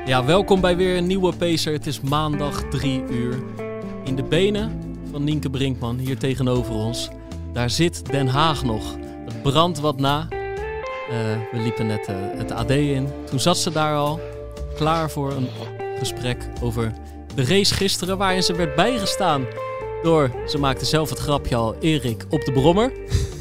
Ja, welkom bij weer een nieuwe Pacer. Het is maandag 3 uur. In de benen van Nienke Brinkman, hier tegenover ons. Daar zit Den Haag nog. Het brandt wat na. We liepen net het AD in. Toen zat ze daar al, klaar voor een gesprek over de race gisteren, waarin ze werd bijgestaan door, ze maakte zelf het grapje al, Erik op de brommer.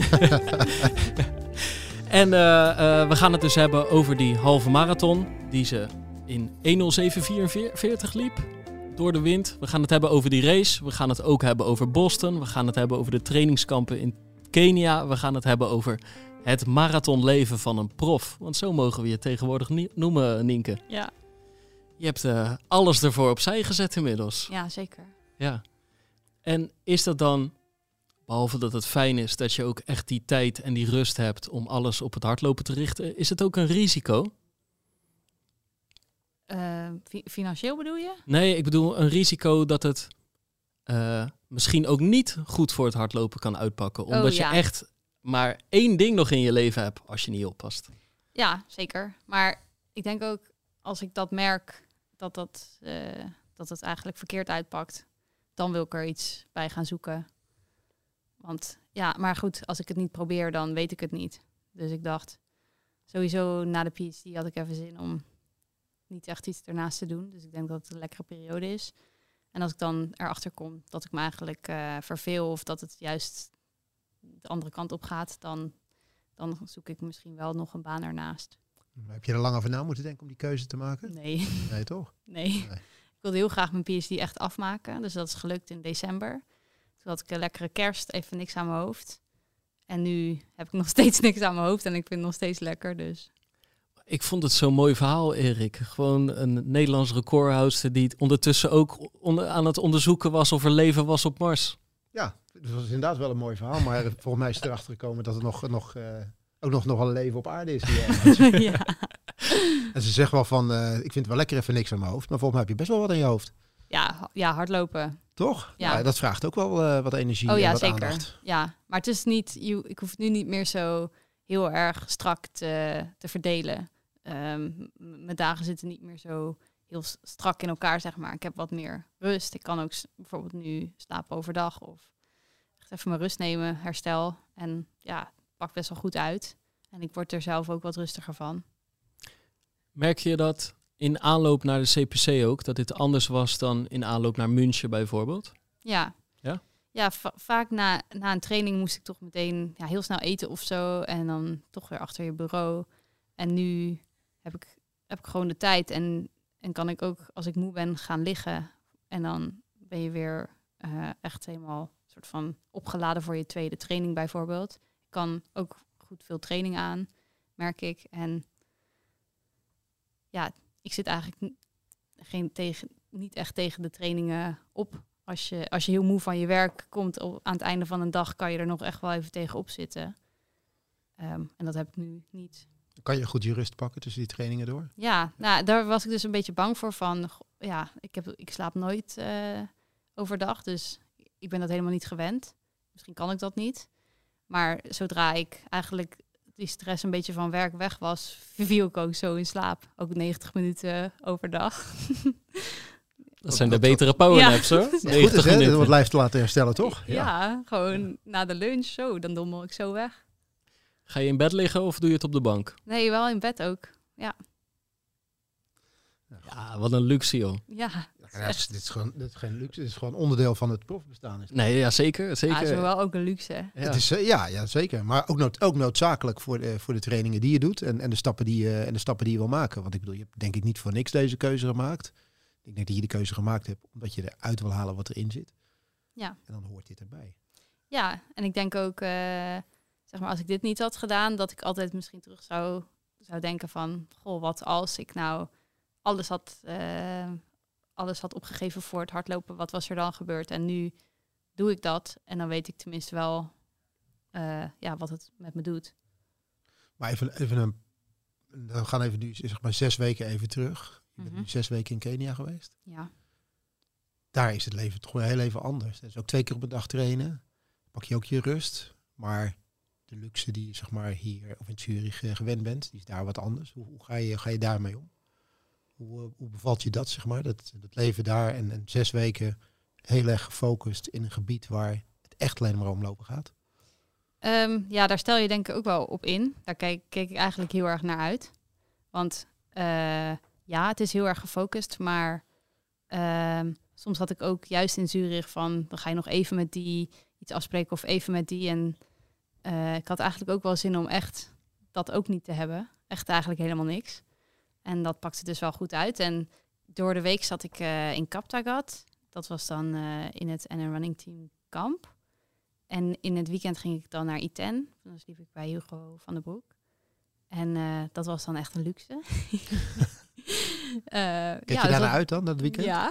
En we gaan het dus hebben over die halve marathon die ze in 1:07:44 liep door de wind. We gaan het hebben over die race. We gaan het ook hebben over Boston. We gaan het hebben over de trainingskampen in Kenia. We gaan het hebben over het marathonleven van een prof. Want zo mogen we je tegenwoordig noemen, Nienke. Ja. Je hebt alles ervoor opzij gezet inmiddels. Ja, zeker. Ja. En is dat dan, behalve dat het fijn is dat je ook echt die tijd en die rust hebt om alles op het hardlopen te richten, is het ook een risico? Financieel bedoel je? Nee, ik bedoel een risico dat het misschien ook niet goed voor het hardlopen kan uitpakken. Omdat je echt maar één ding nog in je leven hebt als je niet oppast. Ja, zeker. Maar ik denk ook, als ik dat merk, dat het eigenlijk verkeerd uitpakt, dan wil ik er iets bij gaan zoeken. Want ja, maar goed, als ik het niet probeer, dan weet ik het niet. Dus ik dacht, sowieso na de PhD had ik even zin om niet echt iets ernaast te doen. Dus ik denk dat het een lekkere periode is. En als ik dan erachter kom dat ik me eigenlijk verveel of dat het juist de andere kant op gaat, dan zoek ik misschien wel nog een baan ernaast. Heb je er lang over na moeten denken om die keuze te maken? Nee. Nee, toch? Nee. Ik wilde heel graag mijn PhD echt afmaken. Dus dat is gelukt in december. Toen had ik een lekkere kerst, even niks aan mijn hoofd. En nu heb ik nog steeds niks aan mijn hoofd en ik vind het nog steeds lekker. Dus. Ik vond het zo'n mooi verhaal, Erik. Gewoon een Nederlands recordhouster die ondertussen ook aan het onderzoeken was of er leven was op Mars. Ja, dat was inderdaad wel een mooi verhaal. Maar volgens mij is erachter gekomen dat er ook nog wel leven op aarde is. Ja. En ze zegt wel van, ik vind het wel lekker even niks aan mijn hoofd. Maar volgens mij heb je best wel wat in je hoofd. Ja, hardlopen. Toch? Ja. Ja, dat vraagt ook wel wat energie en wat zeker. aandacht. Ja, maar het is niet, ik hoef het nu niet meer zo heel erg strak te verdelen. Mijn dagen zitten niet meer zo heel strak in elkaar, zeg maar. Ik heb wat meer rust. Ik kan ook bijvoorbeeld nu slapen overdag of echt even mijn rust nemen, herstel. En ja, het pakt best wel goed uit. En ik word er zelf ook wat rustiger van. Merk je dat in aanloop naar de CPC ook, dat dit anders was dan in aanloop naar München bijvoorbeeld? Ja. Ja? Ja, vaak na een training moest ik toch meteen heel snel eten of zo. En dan toch weer achter je bureau. En nu heb ik gewoon de tijd en kan ik ook, als ik moe ben, gaan liggen. En dan ben je weer echt helemaal soort van opgeladen voor je tweede training bijvoorbeeld. Ik kan ook goed veel training aan, merk ik. En ja, ik zit eigenlijk niet echt tegen de trainingen op. Als je heel moe van je werk komt aan het einde van een dag, kan je er nog echt wel even tegenop zitten. En dat heb ik nu niet. Kan je goed je rust pakken tussen die trainingen door? Ja, nou, daar was ik dus een beetje bang voor. Ik slaap nooit overdag, dus ik ben dat helemaal niet gewend. Misschien kan ik dat niet. Maar zodra ik eigenlijk die stress een beetje van werk weg was, viel ik ook zo in slaap. Ook 90 minuten overdag. Dat zijn de betere powernaps, hoor. 90 goed is, minuten. om het lijf te laten herstellen, toch? Ja, gewoon na de lunch zo. Dan dommel ik zo weg. Ga je in bed liggen of doe je het op de bank? Nee, wel in bed ook. Ja. Ja, wat een luxe, joh. Ja. Dit is geen luxe. Dit is gewoon onderdeel van het profbestaan. Nee, ja, zeker. Ja, het is wel ook een luxe. Ja. Het is, ja, zeker. Maar ook noodzakelijk voor de trainingen die je doet en de stappen die je wil maken. Want ik bedoel, je hebt denk ik niet voor niks deze keuze gemaakt. Ik denk dat je de keuze gemaakt hebt omdat je eruit wil halen wat erin zit. Ja. En dan hoort dit erbij. Ja, en ik denk ook, zeg maar, als ik dit niet had gedaan, dat ik altijd misschien terug zou denken van, goh, wat als ik nou alles had opgegeven voor het hardlopen, wat was er dan gebeurd? En nu doe ik dat en dan weet ik tenminste wel wat het met me doet. Maar we gaan even nu zeg maar 6 weken even terug. Je bent nu 6 weken in Kenia geweest. Ja. Daar is het leven toch heel even anders. Dus ook 2 keer op een dag trainen. Pak je ook je rust. Maar de luxe die je zeg maar hier of in Zurich gewend bent, die is daar wat anders. Hoe ga je daarmee om? Hoe bevalt je dat, zeg maar? Dat leven daar en 6 weken heel erg gefocust in een gebied waar het echt alleen maar om lopen gaat? Ja, daar stel je denk ik ook wel op in. Daar keek ik eigenlijk heel erg naar uit. Want ja, het is heel erg gefocust, maar soms had ik ook juist in Zurich van, dan ga je nog even met die iets afspreken of even met die. En ik had eigenlijk ook wel zin om echt dat ook niet te hebben. Echt eigenlijk helemaal niks. En dat pakte dus wel goed uit. En door de week zat ik in Kaptagat. Dat was dan in het NN Running Team kamp. En in het weekend ging ik dan naar Iten. Dan sliep ik bij Hugo van den Broek. En dat was dan echt een luxe. Kijk je daarna uit dan, dat weekend? Ja.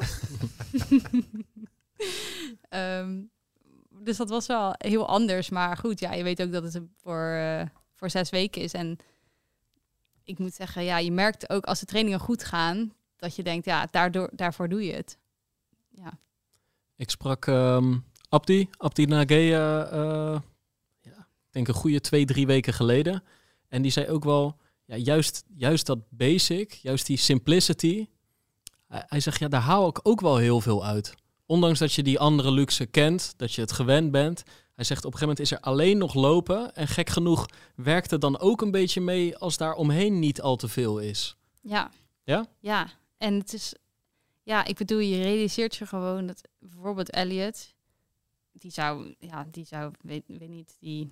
Dus dat was wel heel anders. Maar goed, ja, je weet ook dat het voor 6 weken is. En ik moet zeggen, ja, je merkt ook als de trainingen goed gaan, dat je denkt, ja, daarvoor doe je het. Ja. Ik sprak Abdi Nagea, ik denk een goede 2-3 weken geleden. En die zei ook wel, ja, juist dat basic, juist die simplicity. Hij zegt, ja, daar haal ik ook wel heel veel uit. Ondanks dat je die andere luxe kent, dat je het gewend bent. Hij zegt, op een gegeven moment is er alleen nog lopen. En gek genoeg werkt het dan ook een beetje mee als daar omheen niet al te veel is. Ja. Ja? Ja. En het is, ja, ik bedoel, je realiseert je gewoon dat bijvoorbeeld Elliot, die zou, weet niet, die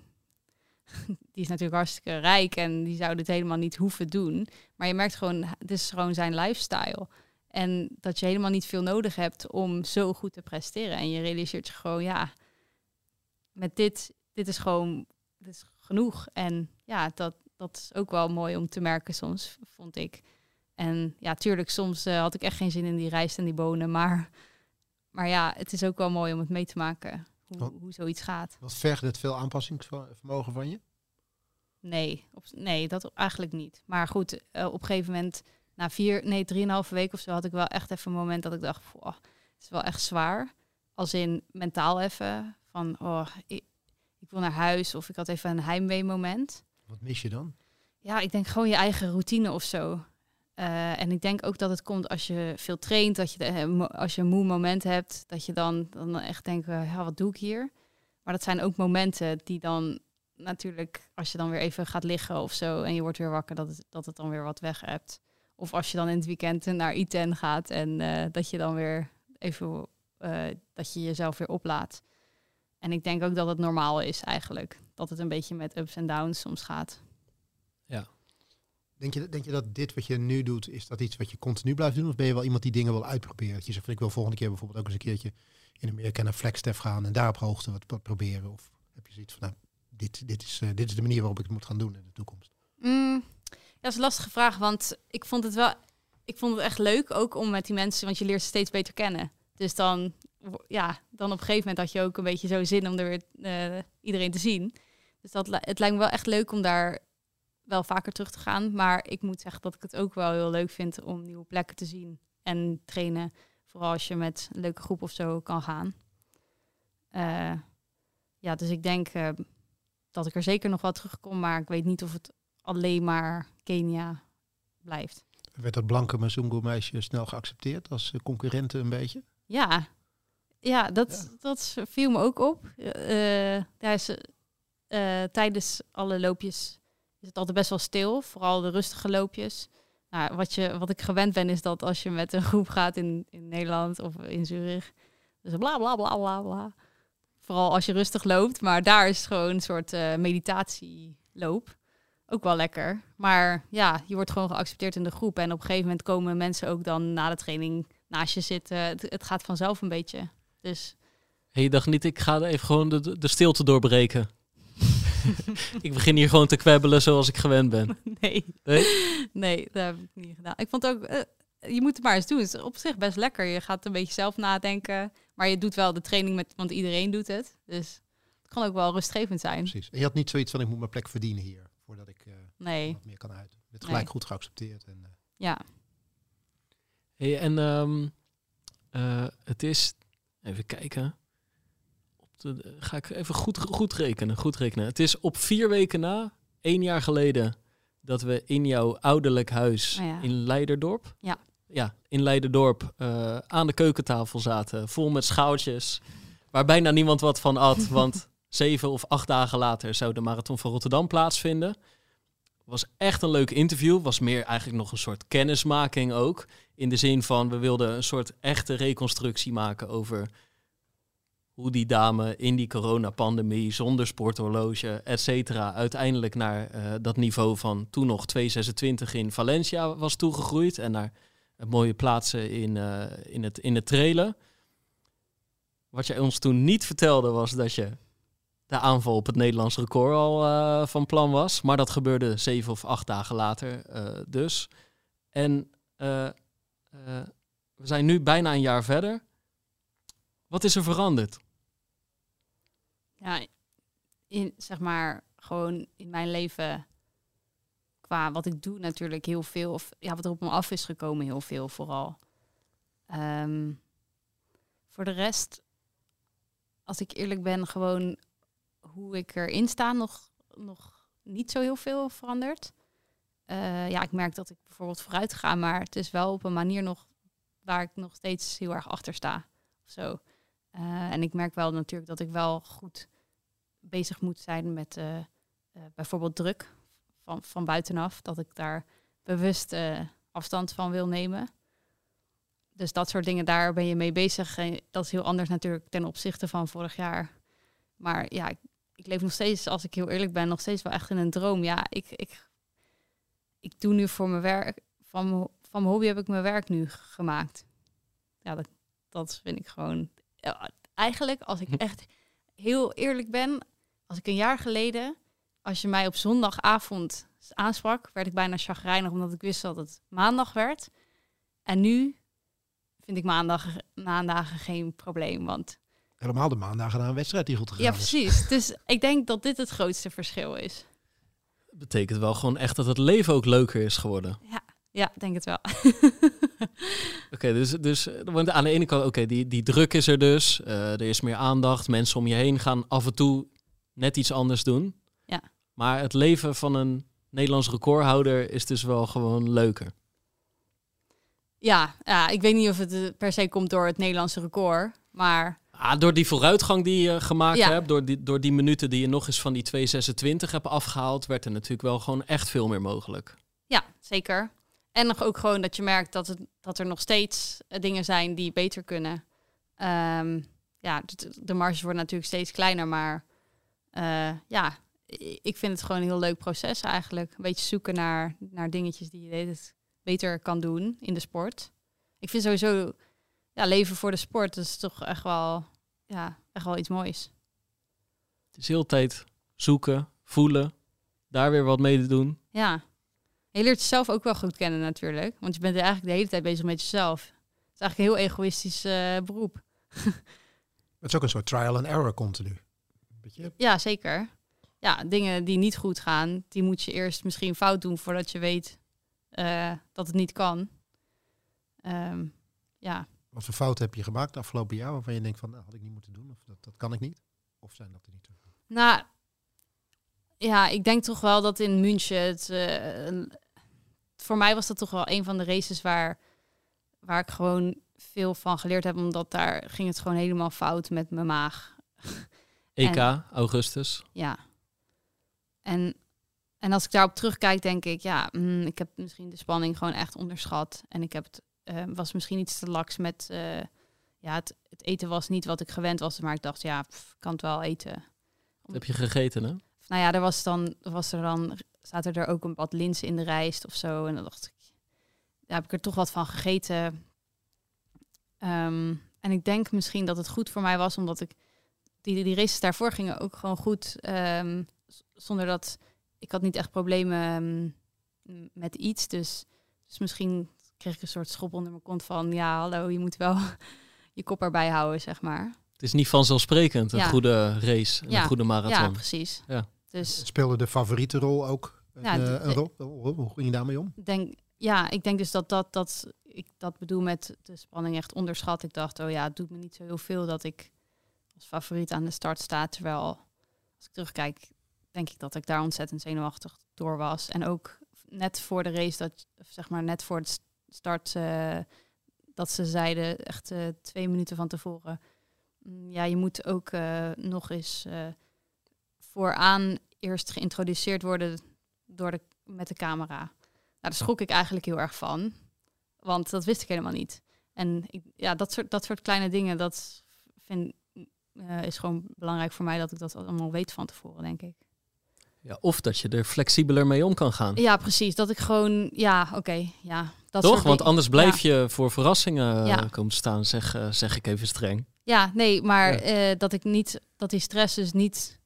is natuurlijk hartstikke rijk en die zou dit helemaal niet hoeven doen. Maar je merkt gewoon, het is gewoon zijn lifestyle. En dat je helemaal niet veel nodig hebt om zo goed te presteren. En je realiseert je gewoon, ja, met dit is gewoon dit is genoeg. En ja, dat is ook wel mooi om te merken soms, vond ik. En ja, tuurlijk, soms had ik echt geen zin in die rijst en die bonen. Maar ja, het is ook wel mooi om het mee te maken, hoe zoiets gaat. Wat vergt het veel aanpassingsvermogen van je? Nee, dat eigenlijk niet. Maar goed, op een gegeven moment, na 3,5 weken of zo, had ik wel echt even een moment dat ik dacht, het is wel echt zwaar. Als in mentaal even, van ik wil naar huis of ik had even een heimwee moment. Wat mis je dan? Ja, ik denk gewoon je eigen routine of zo. En ik denk ook dat het komt als je veel traint, dat je als je een moe moment hebt, dat je dan echt denkt, wat doe ik hier? Maar dat zijn ook momenten die dan natuurlijk, als je dan weer even gaat liggen of zo en je wordt weer wakker, dat het dan weer wat weg hebt. Of als je dan in het weekend naar Iten gaat en dat je dan weer even, dat je jezelf weer oplaadt. En ik denk ook dat het normaal is eigenlijk. Dat het een beetje met ups en downs soms gaat. Ja. Denk je dat dit wat je nu doet, is dat iets wat je continu blijft doen? Of ben je wel iemand die dingen wil uitproberen? Dat je zegt, ik wil volgende keer bijvoorbeeld ook eens een keertje in Amerika naar Flagstaff gaan en daar op hoogte wat proberen? Of heb je zoiets van, nou, dit is de manier waarop ik het moet gaan doen in de toekomst? Dat is een lastige vraag, want ik vond het echt leuk ook om met die mensen, want je leert ze steeds beter kennen. Dus dan op een gegeven moment had je ook een beetje zo zin om er weer iedereen te zien. Dus het lijkt me wel echt leuk om daar wel vaker terug te gaan. Maar ik moet zeggen dat ik het ook wel heel leuk vind om nieuwe plekken te zien en trainen. Vooral als je met een leuke groep of zo kan gaan. Dus ik denk dat ik er zeker nog wel terugkom, maar ik weet niet of het alleen maar Kenia blijft. Werd dat blanke Mazungu meisje snel geaccepteerd als concurrente een beetje? Ja, dat viel me ook op. Tijdens alle loopjes is het altijd best wel stil. Vooral de rustige loopjes. Nou, wat ik gewend ben is dat als je met een groep gaat in Nederland of in Zurich. Dus bla bla bla bla bla. Vooral als je rustig loopt. Maar daar is het gewoon een soort meditatieloop. Ook wel lekker. Maar ja, je wordt gewoon geaccepteerd in de groep. En op een gegeven moment komen mensen ook dan na de training naast je zitten. Het gaat vanzelf een beetje. Dus. Je dacht niet, ik ga even gewoon de stilte doorbreken. Ik begin hier gewoon te kwebbelen zoals ik gewend ben. Nee, dat heb ik niet gedaan. Ik vond ook, je moet het maar eens doen. Het is op zich best lekker. Je gaat een beetje zelf nadenken. Maar je doet wel de training want iedereen doet het. Dus het kan ook wel rustgevend zijn. Precies. En je had niet zoiets van, ik moet mijn plek verdienen hier. Voordat ik wat meer kan uit. Je bent gelijk goed geaccepteerd. En, Ja. Hey, en het is, even kijken. Ga ik even goed rekenen. Het is op 4 weken na, 1 jaar geleden, dat we in jouw ouderlijk huis in Leiderdorp in Leiderdorp aan de keukentafel zaten, vol met schaaltjes, waar bijna niemand wat van at, want 7 of 8 dagen later zou de Marathon van Rotterdam plaatsvinden. Was echt een leuk interview, was meer eigenlijk nog een soort kennismaking ook, in de zin van we wilden een soort echte reconstructie maken over hoe die dame in die coronapandemie zonder sporthorloge, et cetera, uiteindelijk naar dat niveau van toen nog 2,26 in Valencia was toegegroeid en naar mooie plaatsen in het trailen. Wat jij ons toen niet vertelde was dat je de aanval op het Nederlands record al van plan was. Maar dat gebeurde 7 of 8 dagen later dus. En we zijn nu bijna een jaar verder. Wat is er veranderd? Ja, gewoon in mijn leven, qua wat ik doe natuurlijk heel veel. Of ja, wat er op me af is gekomen heel veel vooral. Voor de rest, als ik eerlijk ben, gewoon hoe ik erin sta nog niet zo heel veel veranderd. Ik merk dat ik bijvoorbeeld vooruit ga, maar het is wel op een manier nog waar ik nog steeds heel erg achter sta. Of zo. En ik merk wel natuurlijk dat ik wel goed bezig moet zijn met bijvoorbeeld druk van buitenaf. Dat ik daar bewust afstand van wil nemen. Dus dat soort dingen, daar ben je mee bezig. En dat is heel anders natuurlijk ten opzichte van vorig jaar. Maar ja, ik leef nog steeds, als ik heel eerlijk ben, nog steeds wel echt in een droom. Ja, ik doe nu voor mijn werk, van mijn hobby heb ik mijn werk nu gemaakt. Ja, dat vind ik gewoon... Eigenlijk, als ik echt heel eerlijk ben, als ik een jaar geleden, als je mij op zondagavond aansprak, werd ik bijna chagrijnig, omdat ik wist dat het maandag werd. En nu vind ik maandagen geen probleem, want... Helemaal de maandagen naar een wedstrijd die goed gegaan Ja, is. precies. Dus ik denk dat dit het grootste verschil is. Dat betekent wel gewoon echt dat het leven ook leuker is geworden. Ja, ik denk het wel. Oké, dus want aan de ene kant, die druk is er dus. Er is meer aandacht. Mensen om je heen gaan af en toe net iets anders doen. Ja. Maar het leven van een Nederlands recordhouder is dus wel gewoon leuker. Ja, ik weet niet of het per se komt door het Nederlandse record, maar... Door die vooruitgang die je gemaakt hebt, door die minuten die je nog eens van die 2,26 hebt afgehaald, werd er natuurlijk wel gewoon echt veel meer mogelijk. Ja, zeker. En nog ook gewoon dat je merkt dat er nog steeds dingen zijn die beter kunnen. De marges worden natuurlijk steeds kleiner, maar ik vind het gewoon een heel leuk proces eigenlijk. Een beetje zoeken naar dingetjes die je beter kan doen in de sport. Ik vind sowieso leven voor de sport, dat is toch echt wel iets moois. Het is heel de tijd zoeken, voelen, daar weer wat mee te doen. Ja. Je leert jezelf ook wel goed kennen natuurlijk. Want je bent eigenlijk de hele tijd bezig met jezelf. Het is eigenlijk een heel egoïstisch beroep. Het is ook een soort trial and error continu. Beetje... Ja, zeker. Ja, dingen die niet goed gaan, die moet je eerst misschien fout doen voordat je weet dat het niet kan. Wat voor fouten heb je gemaakt de afgelopen jaar waarvan je denkt van, had ik niet moeten doen of dat kan ik niet? Of zijn dat er niet te veel? Nou, ja, ik denk toch wel dat in München voor mij was dat toch wel een van de races waar ik gewoon veel van geleerd heb, omdat daar ging het gewoon helemaal fout met mijn maag. EK, augustus. Ja. En als ik daarop terugkijk, denk ik, ik heb misschien de spanning gewoon echt onderschat. En ik heb was misschien iets te laks met... het eten was niet wat ik gewend was, maar ik dacht, ik kan het wel eten. Wat heb je gegeten, hè? Nou ja, zaten er ook wat linzen in de rijst of zo. En dan dacht ik, heb ik er toch wat van gegeten. En ik denk misschien dat het goed voor mij was, omdat ik die races daarvoor gingen ook gewoon goed. Zonder dat ik had niet echt problemen met iets. Dus misschien kreeg ik een soort schop onder mijn kont van, hallo, je moet wel je kop erbij houden, zeg maar. Het is niet vanzelfsprekend, een goede race, een goede marathon. Ja, precies. Ja. Dus, speelde de favoriete rol ook een rol? Hoe ging je daarmee om? Ik denk dus dat ik dat bedoel met de spanning echt onderschat. Ik dacht, het doet me niet zo heel veel dat ik als favoriet aan de start sta. Terwijl, als ik terugkijk, denk ik dat ik daar ontzettend zenuwachtig door was. En ook net voor de race, net voor het start, dat ze zeiden echt 2 minuten van tevoren. Ja, je moet ook nog eens vooraan eerst geïntroduceerd worden met de camera. Nou, daar schrok ik eigenlijk heel erg van. Want dat wist ik helemaal niet. En dat soort kleine dingen, dat is gewoon belangrijk voor mij dat ik dat allemaal weet van tevoren, denk ik. Ja, of dat je er flexibeler mee om kan gaan. Ja, precies. Dat ik gewoon, dat Toch? soort Want dingen. anders blijf je voor verrassingen komen te staan, zeg ik even streng. Ja, nee, maar dat die stress dus niet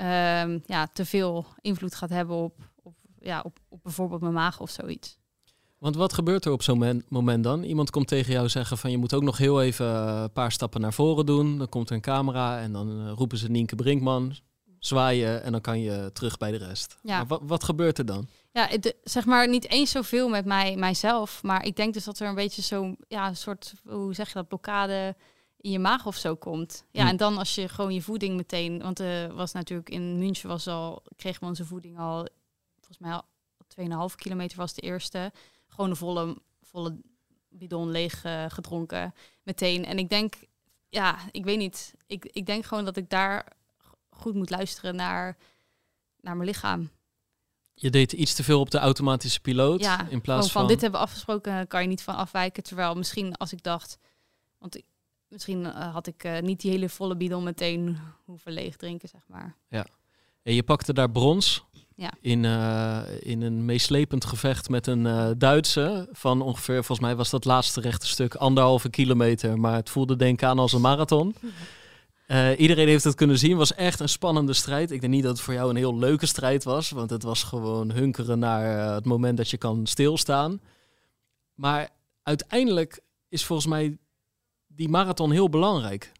te veel invloed gaat hebben op bijvoorbeeld mijn maag of zoiets. Want wat gebeurt er op zo'n moment dan? Iemand komt tegen jou zeggen van je moet ook nog heel even een paar stappen naar voren doen. Dan komt er een camera en dan roepen ze Nienke Brinkman, zwaaien en dan kan je terug bij de rest. Ja. Maar wat gebeurt er dan? Ja, zeg maar niet eens zoveel met mijzelf, maar ik denk dus dat er een beetje zo'n een soort, hoe zeg je dat, blokkade in je maag of zo komt. Ja, en dan als je gewoon je voeding meteen, want was natuurlijk in München kregen we onze voeding al, volgens mij al 2,5 kilometer was de eerste. Gewoon een volle bidon leeg gedronken meteen. En ik denk, ik weet niet. Ik denk gewoon dat ik daar goed moet luisteren naar mijn lichaam. Je deed iets te veel op de automatische piloot. Ja, in plaats van dit hebben we afgesproken, kan je niet van afwijken. Terwijl misschien als ik dacht, misschien had ik niet die hele volle bidon meteen hoeven leeg drinken, zeg maar. Ja. En je pakte daar brons. Ja. In een meeslepend gevecht met een Duitse van ongeveer, volgens mij was dat laatste rechte stuk 1,5 kilometer, maar het voelde denk ik aan als een marathon. Iedereen heeft het kunnen zien, was echt een spannende strijd. Ik denk niet dat het voor jou een heel leuke strijd was, want het was gewoon hunkeren naar het moment dat je kan stilstaan. Maar uiteindelijk is volgens mij die marathon heel belangrijk.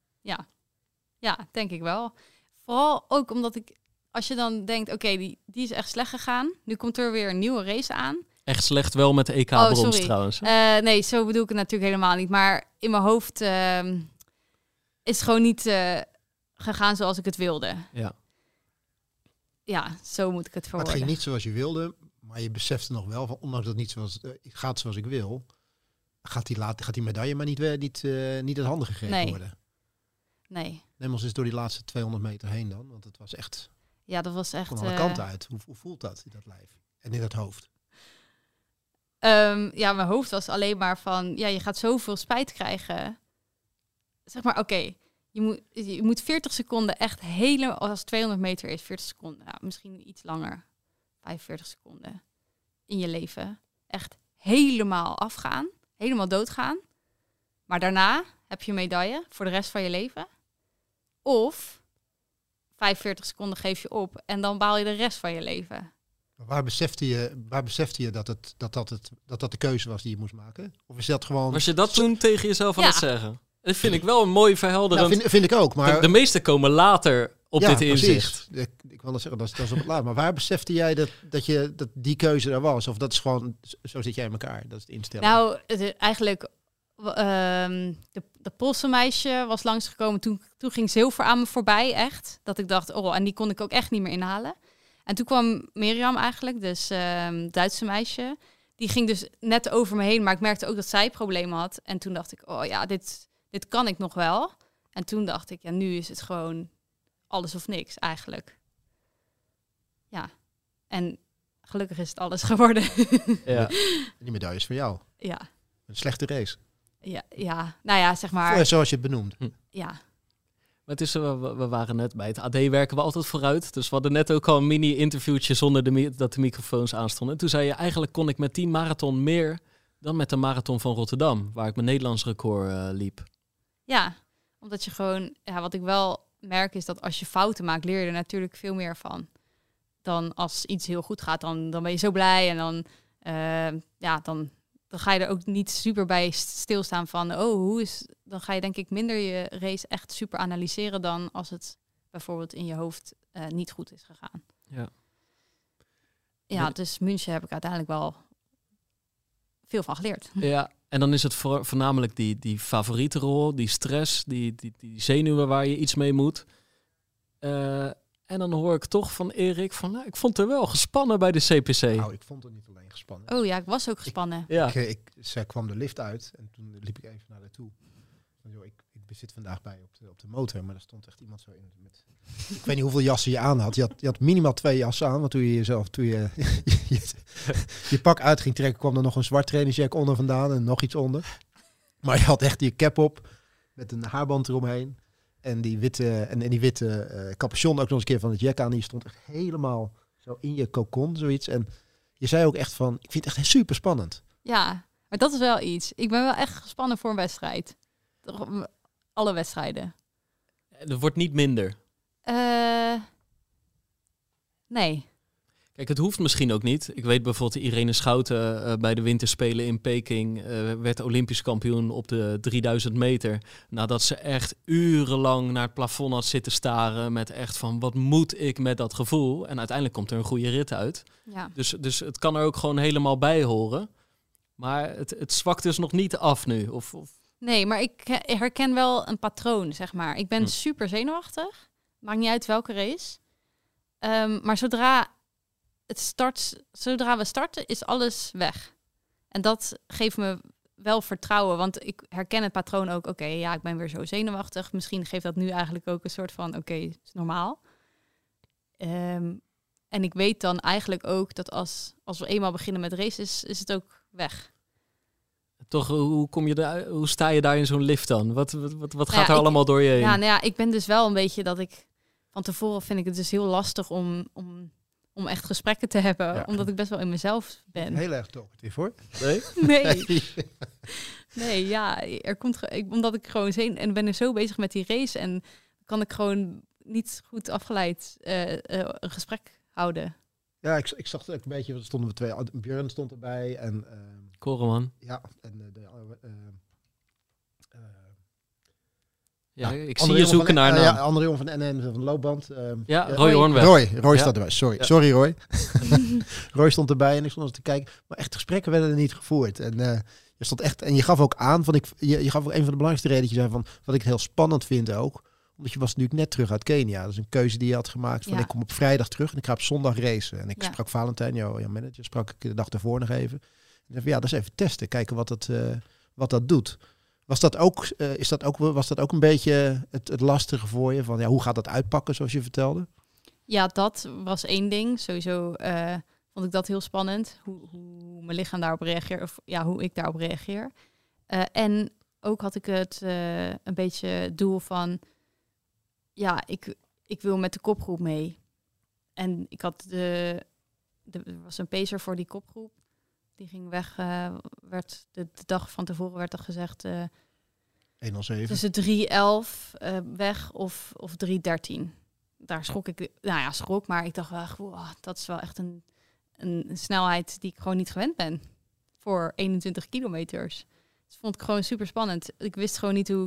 Ja, denk ik wel. Vooral ook omdat als je dan denkt, oké, die is echt slecht gegaan. Nu komt er weer een nieuwe race aan. Echt slecht wel met de EK-brons trouwens. Nee, zo bedoel ik het natuurlijk helemaal niet. Maar in mijn hoofd is het gewoon niet gegaan zoals ik het wilde. Ja. Ja, zo moet ik het verwoorden. Het ging niet zoals je wilde, maar je besefte nog wel van, ondanks dat het niet gaat zoals ik wil, gaat die medaille maar niet uit handen gegeven worden. Nee. Neem ons eens door die laatste 200 meter heen dan, want het was echt... Ja, dat was echt... Van alle kanten uit. Hoe voelt dat in dat lijf? En in dat hoofd? Mijn hoofd was alleen maar van... Ja, je gaat zoveel spijt krijgen. Zeg maar, oké. Je moet 40 seconden echt helemaal... Als 200 meter is 40 seconden. Nou, misschien iets langer. 45 seconden. In je leven. Echt helemaal afgaan. Helemaal doodgaan. Maar daarna heb je een medaille voor de rest van je leven. Of 45 seconden geef je op en dan baal je de rest van je leven. Maar waar besefte je dat de keuze was die je moest maken? Of is dat gewoon... Was je dat toen tegen jezelf aan het zeggen? Dat vind ik wel een mooi verhelderend... Nou, vind ik ook, maar... De meeste komen later op dit inzicht. Precies. Ik wil dat zeggen, dat is op het laat. Maar waar besefte jij dat die keuze er was? Of dat is gewoon, zo zit jij in elkaar? Dat is de instelling. Nou, eigenlijk... de Poolse meisje was langsgekomen. Toen ging zilver aan me voorbij, echt. Dat ik dacht, en die kon ik ook echt niet meer inhalen. En toen kwam Mirjam eigenlijk, dus Duitse meisje. Die ging dus net over me heen, maar ik merkte ook dat zij problemen had. En toen dacht ik, dit kan ik nog wel. En toen dacht ik, nu is het gewoon alles of niks eigenlijk. Ja, en gelukkig is het alles geworden. Ja. Die medaille is voor jou. Ja. Een slechte race. Ja, nou ja, zeg maar. Zoals je het benoemt. Ja. Maar het is, we waren net bij het AD werken we altijd vooruit. Dus we hadden net ook al een mini-interviewtje zonder dat de microfoons aanstonden. En toen zei je, eigenlijk kon ik met die marathon meer dan met de marathon van Rotterdam, waar ik mijn Nederlands record liep. Ja, omdat je gewoon, wat ik wel merk is dat als je fouten maakt, leer je er natuurlijk veel meer van. Dan als iets heel goed gaat, dan ben je zo blij en dan ga je er ook niet super bij stilstaan van, dan ga je denk ik minder je race echt super analyseren dan als het bijvoorbeeld in je hoofd niet goed is gegaan. Ja. Ja, dus München heb ik uiteindelijk wel veel van geleerd. Ja, en dan is het voornamelijk die favoriete rol, die stress, die zenuwen waar je iets mee moet. En dan hoor ik toch van Erik van, nou, ik vond het wel gespannen bij de CPC. Nou, ik vond het niet alleen gespannen. Oh ja, ik was ook gespannen. Ja. Zij kwam de lift uit en toen liep ik even naar haar toe. Van, joh, ik zit vandaag bij op de motor, maar er stond echt iemand zo in. Ik weet niet hoeveel jassen je aan had. Je had minimaal 2 jassen aan, want toen je pak uit ging trekken, kwam er nog een zwart trainingsjack onder vandaan en nog iets onder. Maar je had echt die cap op met een haarband eromheen. En die witte capuchon ook nog eens een keer van het jack aan. Die stond echt helemaal zo in je cocon, zoiets. En je zei ook echt van, ik vind het echt super spannend. Ja, maar dat is wel iets. Ik ben wel echt gespannen voor een wedstrijd. Alle wedstrijden. Er wordt niet minder. Nee. Kijk, het hoeft misschien ook niet. Ik weet bijvoorbeeld Irene Schouten bij de winterspelen in Peking werd Olympisch kampioen op de 3000 meter. Nadat ze echt urenlang naar het plafond had zitten staren met echt van, wat moet ik met dat gevoel? En uiteindelijk komt er een goede rit uit. Ja. Dus het kan er ook gewoon helemaal bij horen. Maar het zwakt dus nog niet af nu. Nee, maar ik herken wel een patroon, zeg maar. Ik ben super zenuwachtig. Maakt niet uit welke race. Maar zodra we starten, is alles weg. En dat geeft me wel vertrouwen, want ik herken het patroon ook. Oké, ja, ik ben weer zo zenuwachtig. Misschien geeft dat nu eigenlijk ook een soort van, oké, is normaal. En ik weet dan eigenlijk ook dat als we eenmaal beginnen met races, is het ook weg. Toch, hoe sta je daar in zo'n lift dan? Wat gaat er allemaal door je heen? Ja, nou ja, ik ben dus wel een beetje dat ik... Van tevoren vind ik het dus heel lastig om echt gesprekken te hebben. Ja. Omdat ik best wel in mezelf ben. Heel erg talkatief hoor. Nee? Nee, ja. Omdat ik gewoon en ben er zo bezig met die race. En kan ik gewoon niet goed afgeleid een gesprek houden. Ja, ik zag het ook een beetje. Er stonden we 2. Björn stond erbij. En Koreman. Ja, en ik zie je zoeken naar naam. Ja, andere jongen van NN van de loopband. Roy Hornweg. Roy staat erbij. Sorry Roy. Roy stond erbij en ik stond te kijken. Maar echt gesprekken werden er niet gevoerd. En je stond echt, en je gaf ook aan, je gaf ook een van de belangrijkste redenen dat je zei van, wat ik heel spannend vind ook. Omdat je was natuurlijk net terug uit Kenia. Dat is een keuze die je had gemaakt. Van ik kom op vrijdag terug en ik ga op zondag racen. En ik sprak Valentijn, jouw manager, sprak ik de dag ervoor nog even. En zei van, ja, dat is even testen. Kijken wat dat doet. Was dat ook een beetje het lastige voor je? Van, ja, hoe gaat dat uitpakken, zoals je vertelde? Ja, dat was één ding. Sowieso vond ik dat heel spannend. Hoe mijn lichaam daarop reageert. Of ja, hoe ik daarop reageer. En ook had ik het een beetje het doel van... Ja, ik wil met de kopgroep mee. En ik had er was een pacer voor die kopgroep. Die ging weg. Werd de dag van tevoren werd er gezegd... 107. Tussen 3:11 weg of 3:13. Daar schrok ik. Nou ja, maar ik dacht, dat is wel echt een snelheid die ik gewoon niet gewend ben. Voor 21 kilometers. Dat vond ik gewoon super spannend. Ik wist gewoon niet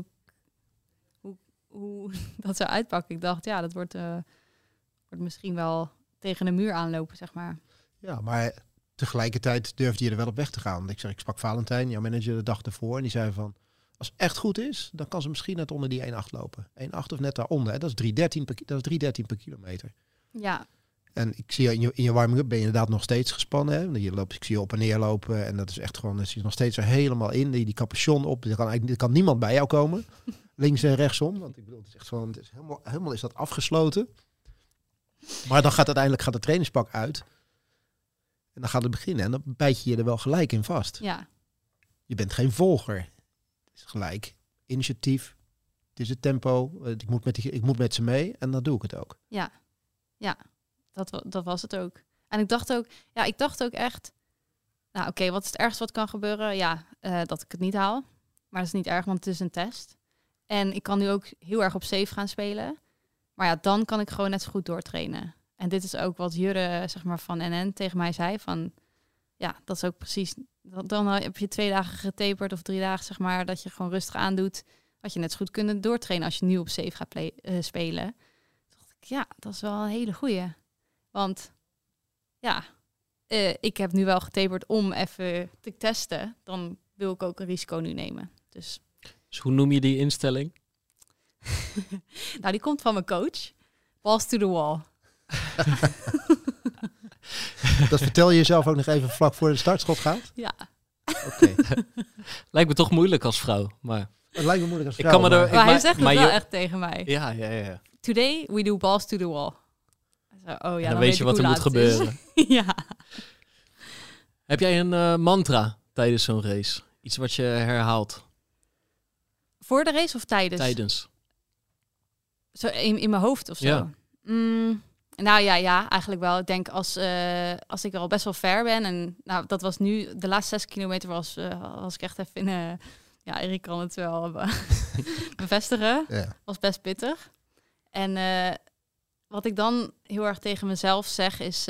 hoe dat zou uitpakken. Ik dacht, ja, dat wordt misschien wel tegen de muur aanlopen, zeg maar. Ja, maar tegelijkertijd durfde je er wel op weg te gaan. Ik sprak Valentijn, jouw manager, de dag ervoor. En die zei van, als het echt goed is, dan kan ze misschien net onder die 1,8 lopen. 1,8 of net daaronder. Hè? Dat is 3,13 per kilometer. Ja. En ik zie je in je warming-up ben je inderdaad nog steeds gespannen. Hè? Ik zie je op en neer lopen. En dat is echt gewoon, dat zie je nog steeds er helemaal in. Die capuchon op. Er kan niemand bij jou komen. Links en rechtsom. Want ik bedoel, het is echt gewoon, helemaal is dat afgesloten. Maar dan gaat uiteindelijk het trainingspak uit. En dan gaat het beginnen. En dan bijt je er wel gelijk in vast. Ja. Je bent geen volger. Het is gelijk initiatief. Het is het tempo. Ik moet met ze mee. En dan doe ik het ook. Ja. Dat was het ook. En ik dacht ook echt... Nou oké, wat is het ergste wat kan gebeuren? Ja, dat ik het niet haal. Maar dat is niet erg, want het is een test. En ik kan nu ook heel erg op safe gaan spelen. Maar ja, dan kan ik gewoon net zo goed doortrainen. En dit is ook wat Jurre, zeg maar, van NN tegen mij zei. Van, ja, dat is ook precies... Dan heb je 2 dagen getaperd of 3 dagen, zeg maar, dat je gewoon rustig aandoet. Had je net zo goed kunnen doortrainen als je nu op safe gaat spelen. Toen dacht ik, ja, dat is wel een hele goeie. Want, ja, ik heb nu wel getaperd om even te testen. Dan wil ik ook een risico nu nemen. Dus hoe noem je die instelling? Nou, die komt van mijn coach. balls to the wall. Dat vertel je jezelf ook nog even vlak voor de startschot gaat? Ja. Oké. Lijkt me toch moeilijk als vrouw, maar... Het lijkt me moeilijk als Ik vrouw. kan me er- Maar hij maar- zegt het maar wel je- echt tegen mij. Ja. Today we do balls to the wall. Zo, oh ja, En dan weet je wat er moet gebeuren. Ja. Heb jij een mantra tijdens zo'n race? Iets wat je herhaalt Voor de race of tijdens? tijdens? Zo in mijn hoofd of zo? Ja. Nou ja, eigenlijk wel. Ik denk als ik er al best wel ver ben. En nou, dat was nu, de laatste 6 kilometer was ik echt even in... ja, Erik kan het wel bevestigen. Ja. Was best pittig. En wat ik dan heel erg tegen mezelf zeg is...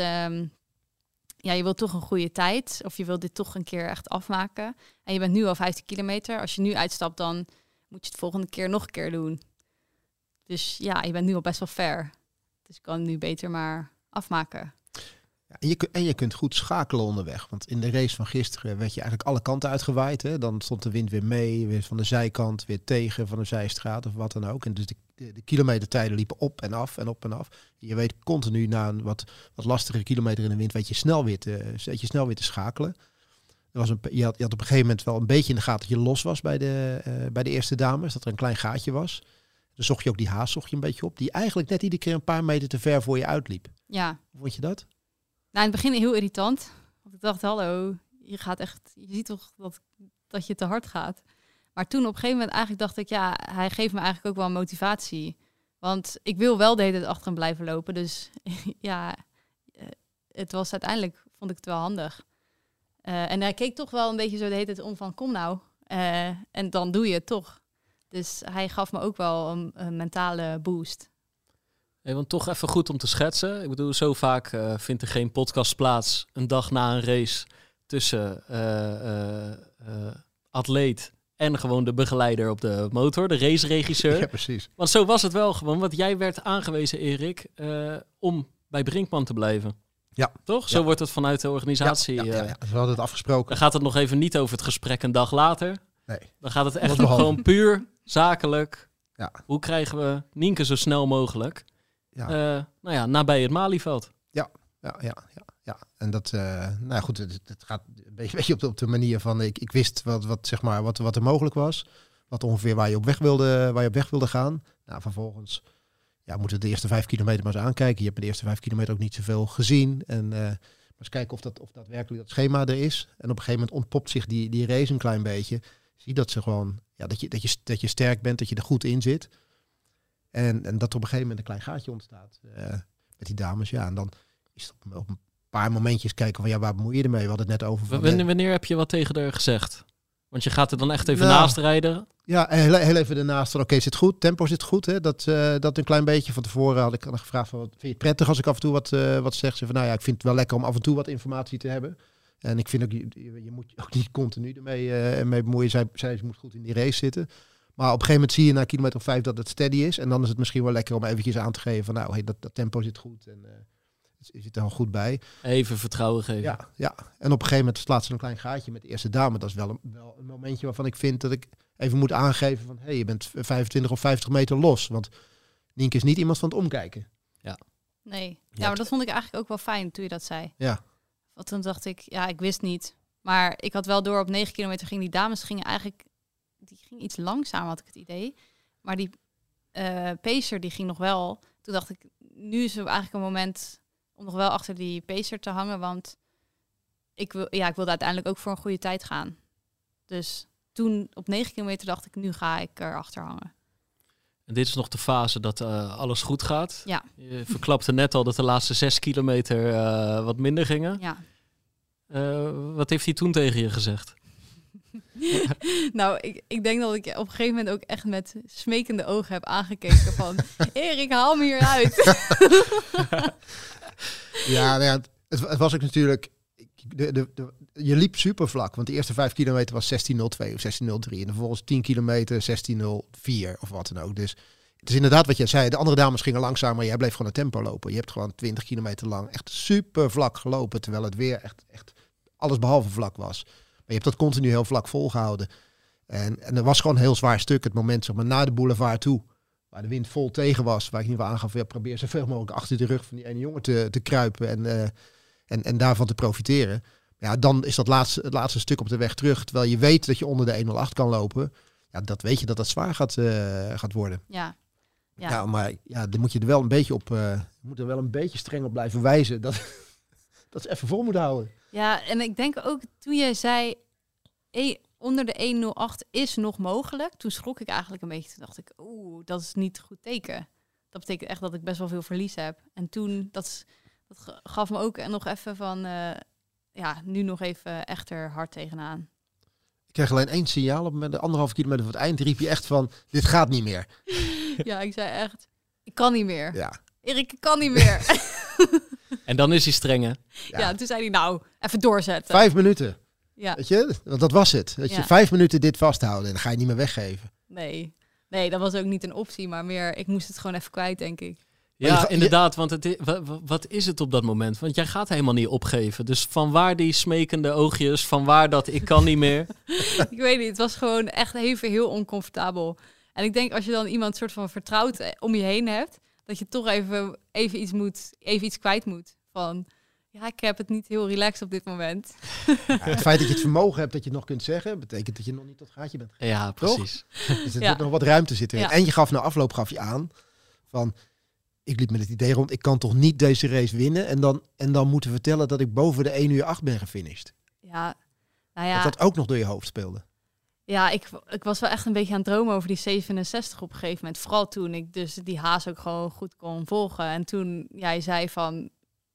ja, je wilt toch een goede tijd. Of je wilt dit toch een keer echt afmaken. En je bent nu al 15 kilometer. Als je nu uitstapt, dan moet je het volgende keer nog een keer doen. Dus ja, je bent nu al best wel ver. Dus ik kan het nu beter maar afmaken. Ja, en je kunt goed schakelen onderweg. Want in de race van gisteren werd je eigenlijk alle kanten uitgewaaid. Hè? Dan stond de wind weer mee, weer van de zijkant, weer tegen, van de zijstraat of wat dan ook. En dus de kilometertijden liepen op en af en op en af. Je weet continu na een wat lastigere kilometer in de wind, weet je snel weer te schakelen. Je had op een gegeven moment wel een beetje in de gaten dat je los was bij de eerste dames. Dat er een klein gaatje was. Dan zocht je ook die haas een beetje op. Die eigenlijk net iedere keer een paar meter te ver voor je uitliep. Ja. Hoe vond je dat? Nou, in het begin heel irritant. Want ik dacht, hallo, je ziet toch dat je te hard gaat. Maar toen op een gegeven moment eigenlijk dacht ik, ja, hij geeft me eigenlijk ook wel motivatie. Want ik wil wel de hele tijd achter hem blijven lopen. Dus ja, het was uiteindelijk, vond ik het wel handig. En hij keek toch wel een beetje zo de hele tijd om van, kom nou. En dan doe je het toch. Dus hij gaf me ook wel een mentale boost. Hey, want toch even goed om te schetsen. Ik bedoel, zo vaak vindt er geen podcast plaats een dag na een race tussen atleet en gewoon de begeleider op de motor, de raceregisseur. Ja, precies. Want zo was het wel gewoon, want jij werd aangewezen, Erik, om bij Brinkman te blijven. Ja. Toch? Zo wordt het vanuit de organisatie. Ja. We hadden het afgesproken. Dan gaat het nog even niet over het gesprek een dag later. Nee. Dan gaat het echt Alles nog behalve. gewoon puur zakelijk. Ja. Hoe krijgen we Nienke zo snel mogelijk nabij het Malieveld? Ja. En dat, nou goed, het gaat een beetje op de manier van, ik wist wat er mogelijk was. Wat ongeveer waar je op weg wilde gaan. Nou, vervolgens moeten we de eerste 5 kilometer maar eens aankijken. Je hebt de eerste 5 kilometer ook niet zoveel gezien. En maar eens kijken of daadwerkelijk dat schema er is. En op een gegeven moment ontpopt zich die race een klein beetje. Zie dat ze gewoon, dat je sterk bent, dat je er goed in zit. En dat er op een gegeven moment een klein gaatje ontstaat met die dames. Ja, en dan is het op een paar momentjes kijken van, waar bemoei je ermee? We hadden het net over. Wanneer heb je wat tegen haar gezegd? Want je gaat er dan echt even Nou, naast rijden. Ja, heel even ernaast van, oké, zit goed, tempo zit goed. Hè? Dat een klein beetje. Van tevoren had ik gevraagd van, vind je het prettig als ik af en toe wat zeg? Ze van, nou ja, ik vind het wel lekker om af en toe wat informatie te hebben. En ik vind ook, je moet ook niet continu ermee bemoeien. Zij moet goed in die race zitten. Maar op een gegeven moment zie je na kilometer 5 dat het steady is. En dan is het misschien wel lekker om eventjes aan te geven van, nou, hey, dat tempo zit goed. En je zit er al goed bij. Even vertrouwen geven. Ja. En op een gegeven moment slaat ze een klein gaatje met de eerste dame. Dat is wel een momentje waarvan ik vind dat ik even moet aangeven van, hey, je bent 25 of 50 meter los. Want Nienke is niet iemand van het omkijken. Ja. Nee. Ja, maar dat vond ik eigenlijk ook wel fijn toen je dat zei. Ja. Want toen dacht ik, ik wist niet. Maar ik had wel door, op 9 kilometer gingen die dames die ging iets langzaam, had ik het idee. Maar die pacer, die ging nog wel. Toen dacht ik, nu is er eigenlijk een moment om nog wel achter die pacer te hangen. Want ik wilde uiteindelijk ook voor een goede tijd gaan. Dus toen op 9 kilometer dacht ik, nu ga ik erachter hangen. En dit is nog de fase dat alles goed gaat. Ja. Je verklapte net al dat de laatste 6 kilometer wat minder gingen. Ja. Wat heeft hij toen tegen je gezegd? Nou, ik denk dat ik op een gegeven moment ook echt met smekende ogen heb aangekeken van, Erik, haal me hieruit. Het was ook natuurlijk, je liep super vlak, want de eerste 5 kilometer was 16.02 of 16.03 en vervolgens 10 kilometer 16.04 of wat dan ook. Dus het is inderdaad wat jij zei, de andere dames gingen langzaam, maar jij bleef gewoon een tempo lopen. Je hebt gewoon 20 kilometer lang echt super vlak gelopen, terwijl het weer echt alles behalve vlak was. Maar je hebt dat continu heel vlak volgehouden. En er was gewoon een heel zwaar stuk, het moment zeg maar na de boulevard toe, waar de wind vol tegen was, waar ik in ieder geval aangaf, ja, probeer zoveel mogelijk achter de rug van die ene jongen te kruipen en daarvan te profiteren. Ja, dan is dat het laatste stuk op de weg terug, terwijl je weet dat je onder de 108 kan lopen. Ja, dat weet je dat zwaar gaat worden. Ja. Ja, maar ja, dan moet je er wel een beetje op, moet er wel een beetje streng op blijven wijzen dat ze even vol moeten houden. Ja, en ik denk ook toen jij zei, onder de 108 is nog mogelijk. Toen schrok ik eigenlijk een beetje. Toen dacht ik, dat is niet een goed teken. Dat betekent echt dat ik best wel veel verlies heb. En toen, dat gaf me ook nog even van, nu nog even echt er hard tegenaan. Ik kreeg alleen 1 signaal op met de 1,5 kilometer van het eind. Riep je echt van, dit gaat niet meer. Ja, ik zei echt, ik kan niet meer. Ja. Erik, ik kan niet meer. En dan is hij streng, hè? Ja, toen zei hij, nou, even doorzetten. 5 minuten. Ja. Weet je, want dat was het. Dat je 5 minuten dit vasthouden en dan ga je niet meer weggeven. Nee, dat was ook niet een optie, maar meer, ik moest het gewoon even kwijt, denk ik. Ja, inderdaad, want wat is het op dat moment? Want jij gaat helemaal niet opgeven. Dus vanwaar die smekende oogjes, vanwaar dat ik kan niet meer? Ik weet niet, het was gewoon echt even heel oncomfortabel. En ik denk als je dan iemand soort van vertrouwd om je heen hebt, dat je toch even iets kwijt moet. Van, ja, ik heb het niet heel relaxed op dit moment. Ja, het feit dat je het vermogen hebt dat je het nog kunt zeggen, betekent dat je nog niet tot gaatje bent. Ja, precies. Dus er moet nog wat ruimte zitten. Ja. En je gaf na afloop aan van, ik liep met het idee rond, ik kan toch niet deze race winnen en dan moeten vertellen dat ik boven de 1 uur 8 ben gefinished. Ja, nou ja. Dat ook nog door je hoofd speelde. Ja, ik was wel echt een beetje aan het dromen over die 67 op een gegeven moment. Vooral toen ik dus die haas ook gewoon goed kon volgen. En toen jij zei van,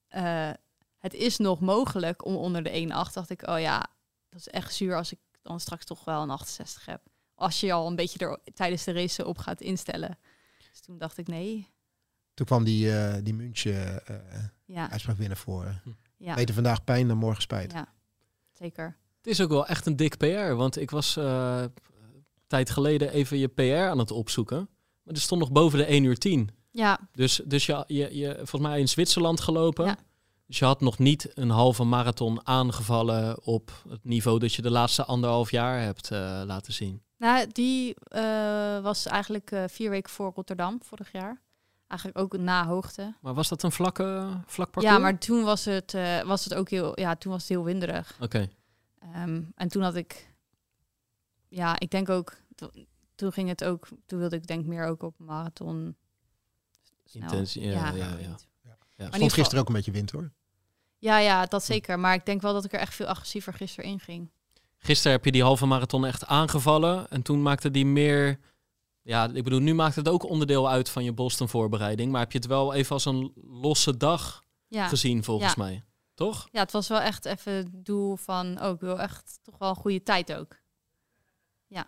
het is nog mogelijk om onder de 1,8. Dacht ik, oh ja, dat is echt zuur als ik dan straks toch wel een 68 heb. Als je al een beetje er tijdens de race op gaat instellen. Dus toen dacht ik, nee. Toen kwam die München uitspraak weer naar voren. Ja. Beter vandaag pijn dan morgen spijt. Ja, zeker. Het is ook wel echt een dik PR, want ik was tijd geleden even je PR aan het opzoeken. Maar er stond nog boven de 1 uur 10. Ja. Dus je volgens mij in Zwitserland gelopen. Ja. Dus je had nog niet een halve marathon aangevallen op het niveau dat je de laatste 1,5 jaar hebt laten zien. Nou, die was eigenlijk 4 weken voor Rotterdam vorig jaar. Eigenlijk ook na hoogte. Maar was dat een vlak parcours? Ja, maar toen was het ook heel winderig. Oké. En toen had ik, ja, ik denk ook, toen wilde ik denk meer ook op marathon. Intensie, ja. Het stond gisteren ook een beetje wind, hoor. Ja, dat zeker. Maar ik denk wel dat ik er echt veel agressiever gisteren in ging. Gisteren heb je die halve marathon echt aangevallen. En toen maakte die meer... Ja, ik bedoel, nu maakt het ook onderdeel uit van je Boston voorbereiding. Maar heb je het wel even als een losse dag gezien, volgens mij. Toch? Ja, het was wel echt even het doel van... ik wil echt toch wel een goede tijd ook. Ja.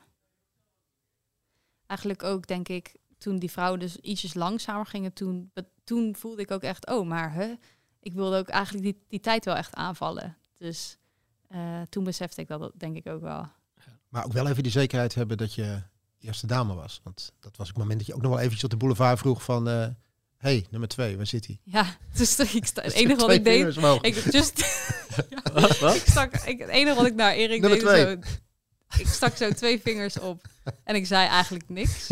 Eigenlijk ook, denk ik, toen die vrouwen dus ietsjes langzamer gingen... Toen voelde ik ook echt, ik wilde ook eigenlijk die tijd wel echt aanvallen. Dus toen besefte ik dat, denk ik ook wel. Maar ook wel even die zekerheid hebben dat je eerste dame was. Want dat was het moment dat je ook nog wel eventjes op de boulevard vroeg van... hey, nummer 2, waar zit hij? Ja, dus het enige wat ik deed... Het enige wat ik naar Erik nummer deed... Ik stak zo 2 vingers op. En ik zei eigenlijk niks.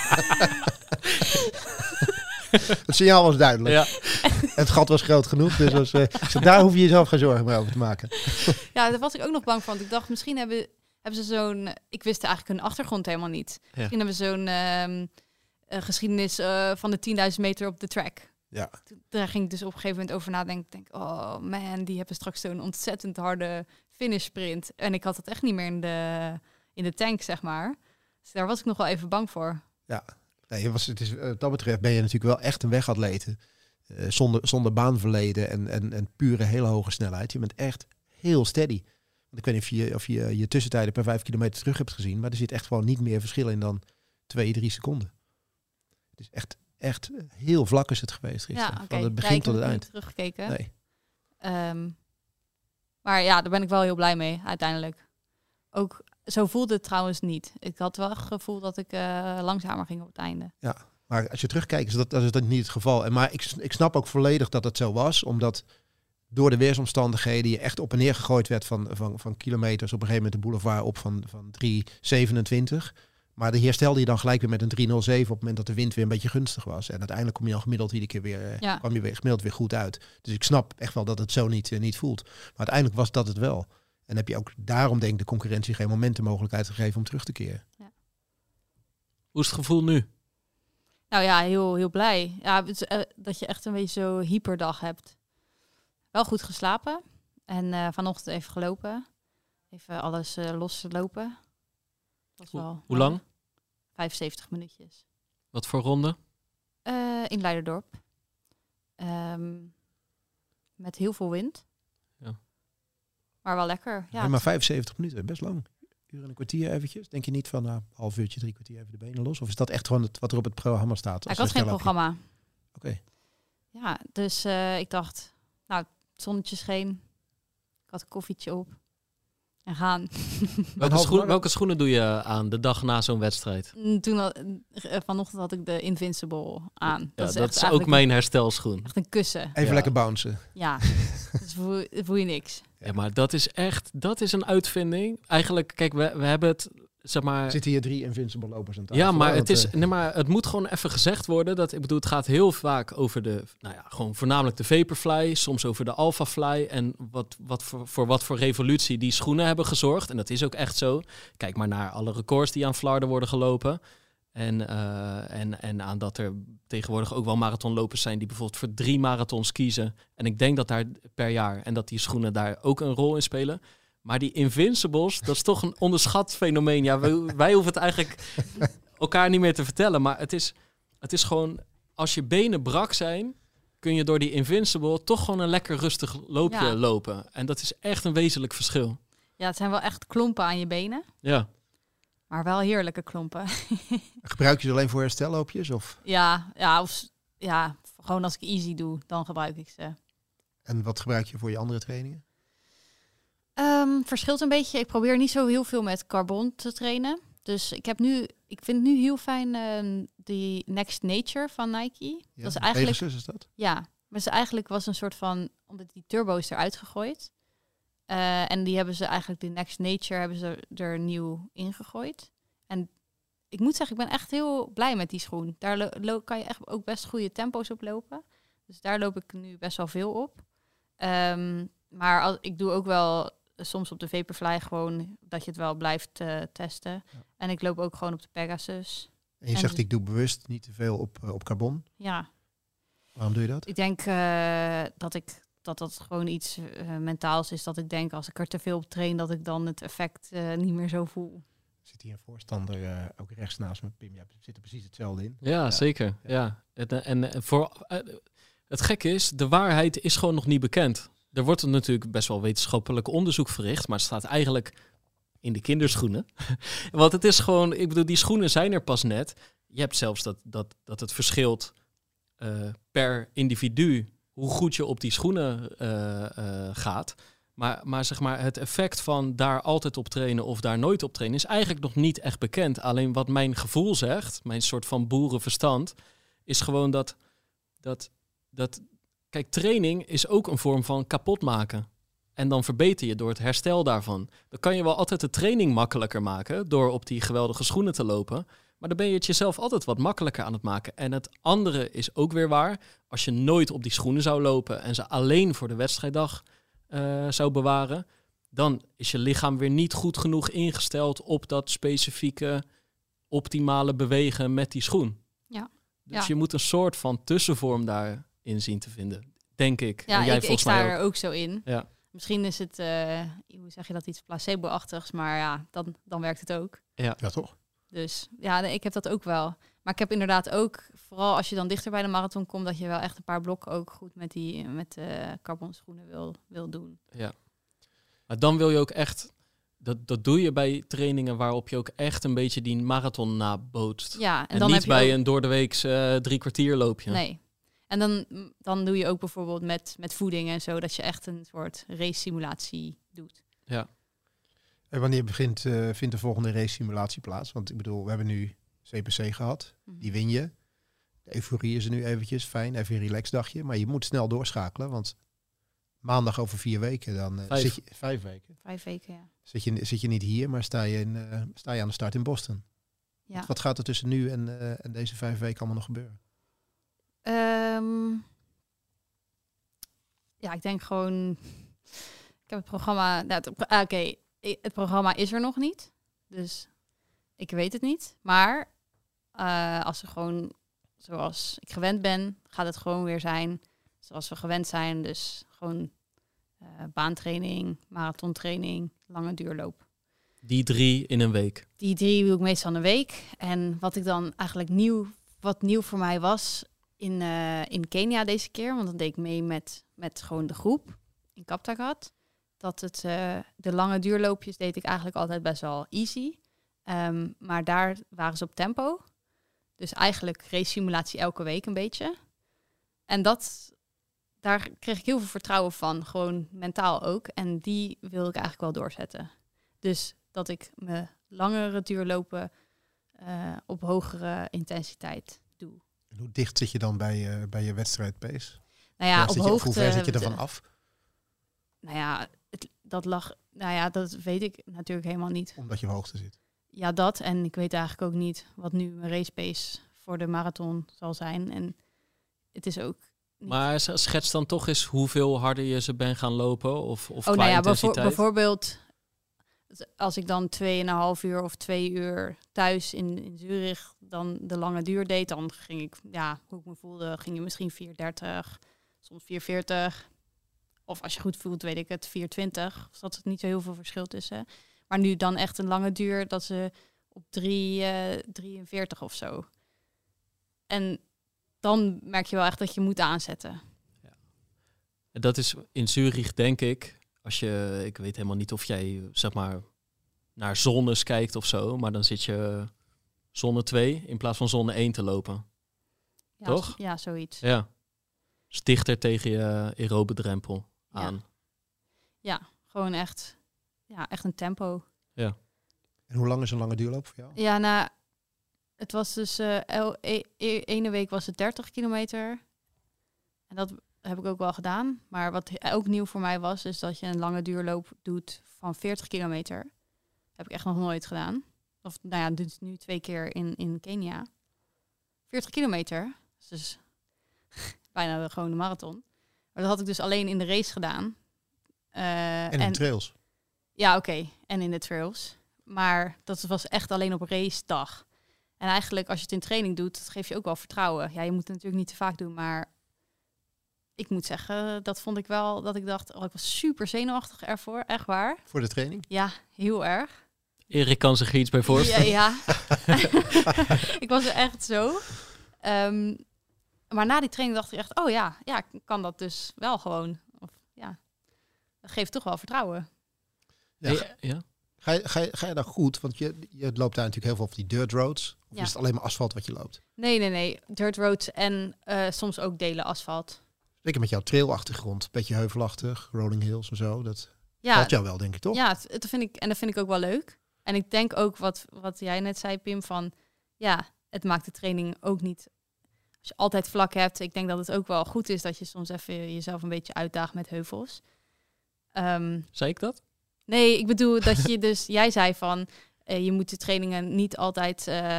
Het signaal was duidelijk. Ja. Het gat was groot genoeg. Dus daar hoef je jezelf geen zorgen meer over te maken. Ja, daar was ik ook nog bang van. Ik dacht, misschien hebben ze zo'n... Ik wist eigenlijk hun achtergrond helemaal niet. Ja. Misschien hebben ze zo'n geschiedenis van de 10.000 meter op de track. Ja. Daar ging ik dus op een gegeven moment over nadenken. Ik denk, oh man, die hebben straks zo'n ontzettend harde finish sprint. En ik had het echt niet meer in de tank, zeg maar. Dus daar was ik nog wel even bang voor. Ja, nee, wat dat betreft ben je natuurlijk wel echt een wegatlete. Zonder baanverleden en pure hele hoge snelheid. Je bent echt heel steady. Want ik weet niet of je tussentijden per 5 kilometer terug hebt gezien. Maar er zit echt gewoon niet meer verschil in dan 2-3 seconden. Het is echt heel vlak is het geweest gisteren. Ja, okay. Van het begin tot het eind. Niet teruggekeken. Nee. Maar ja, daar ben ik wel heel blij mee uiteindelijk. Ook zo voelde het trouwens niet. Ik had wel het gevoel dat ik langzamer ging op het einde. Ja, maar als je terugkijkt is dat niet het geval. Maar ik snap ook volledig dat het zo was. Omdat door de weersomstandigheden je echt op en neer gegooid werd van kilometers. Op een gegeven moment de boulevard op van 3,27. Maar die herstelde je dan gelijk weer met een 3-0-7 op het moment dat de wind weer een beetje gunstig was. En uiteindelijk kom je dan gemiddeld iedere keer weer, kwam je weer gemiddeld weer goed uit. Dus ik snap echt wel dat het zo niet voelt. Maar uiteindelijk was dat het wel. En heb je ook daarom denk ik de concurrentie geen moment de mogelijkheid gegeven om terug te keren. Ja. Hoe is het gevoel nu? Nou ja, heel, heel blij. Ja, dat je echt een beetje zo'n hyperdag hebt. Wel goed geslapen. En vanochtend even gelopen. Even alles loslopen. Dat was wel Hoe lang? 75 minuutjes. Wat voor ronde? In Leiderdorp. Met heel veel wind. Ja. Maar wel lekker. Ja, Maar 75 minuten, best lang. Uur en een kwartier eventjes. Denk je niet van half uurtje, 3 kwartier even de benen los? Of is dat echt gewoon wat er op het programma staat? ik had geen programma. Oké. Ja, dus ik dacht, nou, het zonnetje scheen. Ik had een koffietje op. En gaan. Welke schoenen doe je aan de dag na zo'n wedstrijd? Vanochtend had ik de Invincible aan. Ja, dat is ook mijn herstelschoen. Echt een kussen. Even lekker bouncen. Ja, dus voel je niks. Ja, maar dat is een uitvinding. Eigenlijk, kijk, we hebben het, zeg maar... Zitten hier 3 Invincible lopers aan tafel. Ja, maar het moet gewoon even gezegd worden. Ik bedoel, het gaat heel vaak over gewoon voornamelijk de Vaporfly, soms over de Alphafly en wat voor revolutie die schoenen hebben gezorgd. En dat is ook echt zo. Kijk maar naar alle records die aan Vlaarden worden gelopen. En aan dat er tegenwoordig ook wel marathonlopers zijn die bijvoorbeeld voor 3 marathons kiezen. En ik denk dat daar per jaar en dat die schoenen daar ook een rol in spelen. Maar die Invincibles, dat is toch een onderschat fenomeen. Ja, wij hoeven het eigenlijk elkaar niet meer te vertellen. Maar het is gewoon, als je benen brak zijn, kun je door die Invincible toch gewoon een lekker rustig loopje lopen. En dat is echt een wezenlijk verschil. Ja, het zijn wel echt klompen aan je benen. Ja. Maar wel heerlijke klompen. Gebruik je ze alleen voor herstelloopjes? Of? Ja, gewoon als ik easy doe, dan gebruik ik ze. En wat gebruik je voor je andere trainingen? Verschilt een beetje. Ik probeer niet zo heel veel met carbon te trainen. Dus ik vind nu heel fijn die Next Nature van Nike. Ja, dat is eigenlijk, Pegasus is dat? Ja, maar ze eigenlijk was een soort van, omdat die turbo is eruit gegooid. En die hebben ze eigenlijk, die Next Nature hebben ze er nieuw ingegooid. En ik moet zeggen, ik ben echt heel blij met die schoen. Daar kan je echt ook best goede tempo's op lopen. Dus daar loop ik nu best wel veel op. Maar ik doe ook wel soms op de Vaporfly gewoon dat je het wel blijft testen. Ja. En ik loop ook gewoon op de Pegasus. En je zegt, ik doe bewust niet te veel op carbon. Ja. Waarom doe je dat? Ik denk dat gewoon iets mentaals is. Dat ik denk, als ik er te veel op train, dat ik dan het effect niet meer zo voel. Zit hier een voorstander ook rechts naast me, Pim? Ja, zit er precies hetzelfde in. Ja, zeker. Ja. Het gekke is, de waarheid is gewoon nog niet bekend. Er wordt natuurlijk best wel wetenschappelijk onderzoek verricht, maar het staat eigenlijk in de kinderschoenen. Want het is gewoon, ik bedoel, die schoenen zijn er pas net. Je hebt zelfs dat het verschilt per individu hoe goed je op die schoenen gaat. Maar zeg maar, het effect van daar altijd op trainen of daar nooit op trainen is eigenlijk nog niet echt bekend. Alleen wat mijn gevoel zegt, mijn soort van boerenverstand, is gewoon dat kijk, training is ook een vorm van kapot maken. En dan verbeter je door het herstel daarvan. Dan kan je wel altijd de training makkelijker maken door op die geweldige schoenen te lopen. Maar dan ben je het jezelf altijd wat makkelijker aan het maken. En het andere is ook weer waar. Als je nooit op die schoenen zou lopen en ze alleen voor de wedstrijddag zou bewaren, dan is je lichaam weer niet goed genoeg ingesteld op dat specifieke optimale bewegen met die schoen. Ja. Dus je moet een soort van tussenvorm daarin zien te vinden, denk ik. Ja, en jij ik sta er ook zo in. Ja. Misschien is het, hoe zeg je dat, iets placebo-achtigs, maar ja, dan werkt het ook. Ja, toch? Dus ja, ik heb dat ook wel. Maar ik heb inderdaad ook, vooral als je dan dichter bij de marathon komt, dat je wel echt een paar blokken ook goed met de carbon schoenen wil doen. Ja. Maar dan wil je ook echt, dat doe je bij trainingen waarop je ook echt een beetje die marathon nabootst. Ja, en dan niet heb je bij ook een door de weeks 3 kwartier loopje. Nee. En dan doe je ook bijvoorbeeld met voeding en zo, dat je echt een soort race simulatie doet. Ja. En wanneer vindt de volgende race simulatie plaats? Want ik bedoel, we hebben nu CPC gehad. Die win je. De euforie is er nu eventjes. Fijn, even een relaxdagje. Maar je moet snel doorschakelen. Want maandag over 4 weken, dan zit je... 5 weken. 5 weken, ja. Zit je niet hier, maar sta je aan de start in Boston. Ja. Wat gaat er tussen nu en deze 5 weken allemaal nog gebeuren? Ja, ik denk gewoon... Ik heb het programma... Nou, het programma is er nog niet. Dus ik weet het niet. Maar als er gewoon, zoals ik gewend ben, gaat het gewoon weer zijn zoals we gewend zijn. Dus gewoon baantraining, marathontraining, lange duurloop. Die 3 in een week. Die 3 doe ik meestal in een week. En wat ik dan eigenlijk wat nieuw voor mij was in Kenia deze keer, want dan deed ik mee met gewoon de groep in Kaptagat. Dat de lange duurloopjes deed ik eigenlijk altijd best wel easy. Maar daar waren ze op tempo. Dus eigenlijk race simulatie elke week een beetje. En daar kreeg ik heel veel vertrouwen van, gewoon mentaal ook. En die wil ik eigenlijk wel doorzetten. Dus dat ik mijn langere duurlopen op hogere intensiteit doe. En hoe dicht zit je dan bij je wedstrijdpace? Nou ja, op hoogte... Hoe ver zit je ervan af? Nou ja, dat weet ik natuurlijk helemaal niet. Omdat je op hoogte zit. Ja, dat. En ik weet eigenlijk ook niet wat nu mijn race pace voor de marathon zal zijn. En het is ook... niet... Maar schets dan toch eens hoeveel harder je ze bent gaan lopen? Of qua nou ja, intensiteit? bijvoorbeeld als ik dan 2,5 uur of 2 uur thuis in Zurich dan de lange duur deed, dan ging ik, ja, hoe ik me voelde, ging je misschien 4:30, soms 4:40. Of als je goed voelt, weet ik het, 4:20. Dus dat is niet zo heel veel verschil tussen. Maar nu dan echt een lange duur, dat ze op 3:43 of zo. En dan merk je wel echt dat je moet aanzetten. Ja. Dat is in Zurich, denk ik. Ik weet helemaal niet of jij, zeg maar, naar zones kijkt of zo. Maar dan zit je zone 2 in plaats van zone 1 te lopen. Ja, toch? Ja, zoiets. Ja. Dus dichter tegen je aerobe drempel aan. Ja, gewoon echt een tempo. Ja. En hoe lang is een lange duurloop voor jou? Ja, nou, het was dus... ene week was het 30 kilometer. En dat heb ik ook wel gedaan. Maar wat ook nieuw voor mij was, is dat je een lange duurloop doet van 40 kilometer. Heb ik echt nog nooit gedaan. Of nou ja, dus nu 2 keer in Kenia. 40 kilometer. Dus bijna gewoon de marathon. Maar dat had ik dus alleen in de race gedaan. En in de trails? Ja, oké. En in de trails. Maar dat was echt alleen op race dag. En eigenlijk als je het in training doet, dat geeft je ook wel vertrouwen. Ja, je moet het natuurlijk niet te vaak doen, maar ik moet zeggen, dat vond ik wel, dat ik dacht, ik was super zenuwachtig ervoor, echt waar. Voor de training? Ja, heel erg. Erik kan zich er iets bij voorstellen. Ja. Ik was er echt zo. Maar na die training dacht ik echt, ik kan dat dus wel gewoon. Of, ja, dat geeft toch wel vertrouwen. Ja. Ja. Ga je dan goed? Want je loopt daar natuurlijk heel veel op die dirt roads. Of is het alleen maar asfalt wat je loopt? Nee. Dirt roads en soms ook delen asfalt. Zeker met jouw trailachtergrond. Beetje heuvelachtig, rolling hills en zo. Dat valt jou wel, denk ik, toch? Ja, dat vind ik ook wel leuk. En ik denk ook wat jij net zei, Pim, van ja, het maakt de training ook niet... Als je altijd vlak hebt, ik denk dat het ook wel goed is dat je soms even jezelf een beetje uitdaagt met heuvels. Zei ik dat? Nee, ik bedoel dat je dus... Jij zei van, je moet de trainingen niet altijd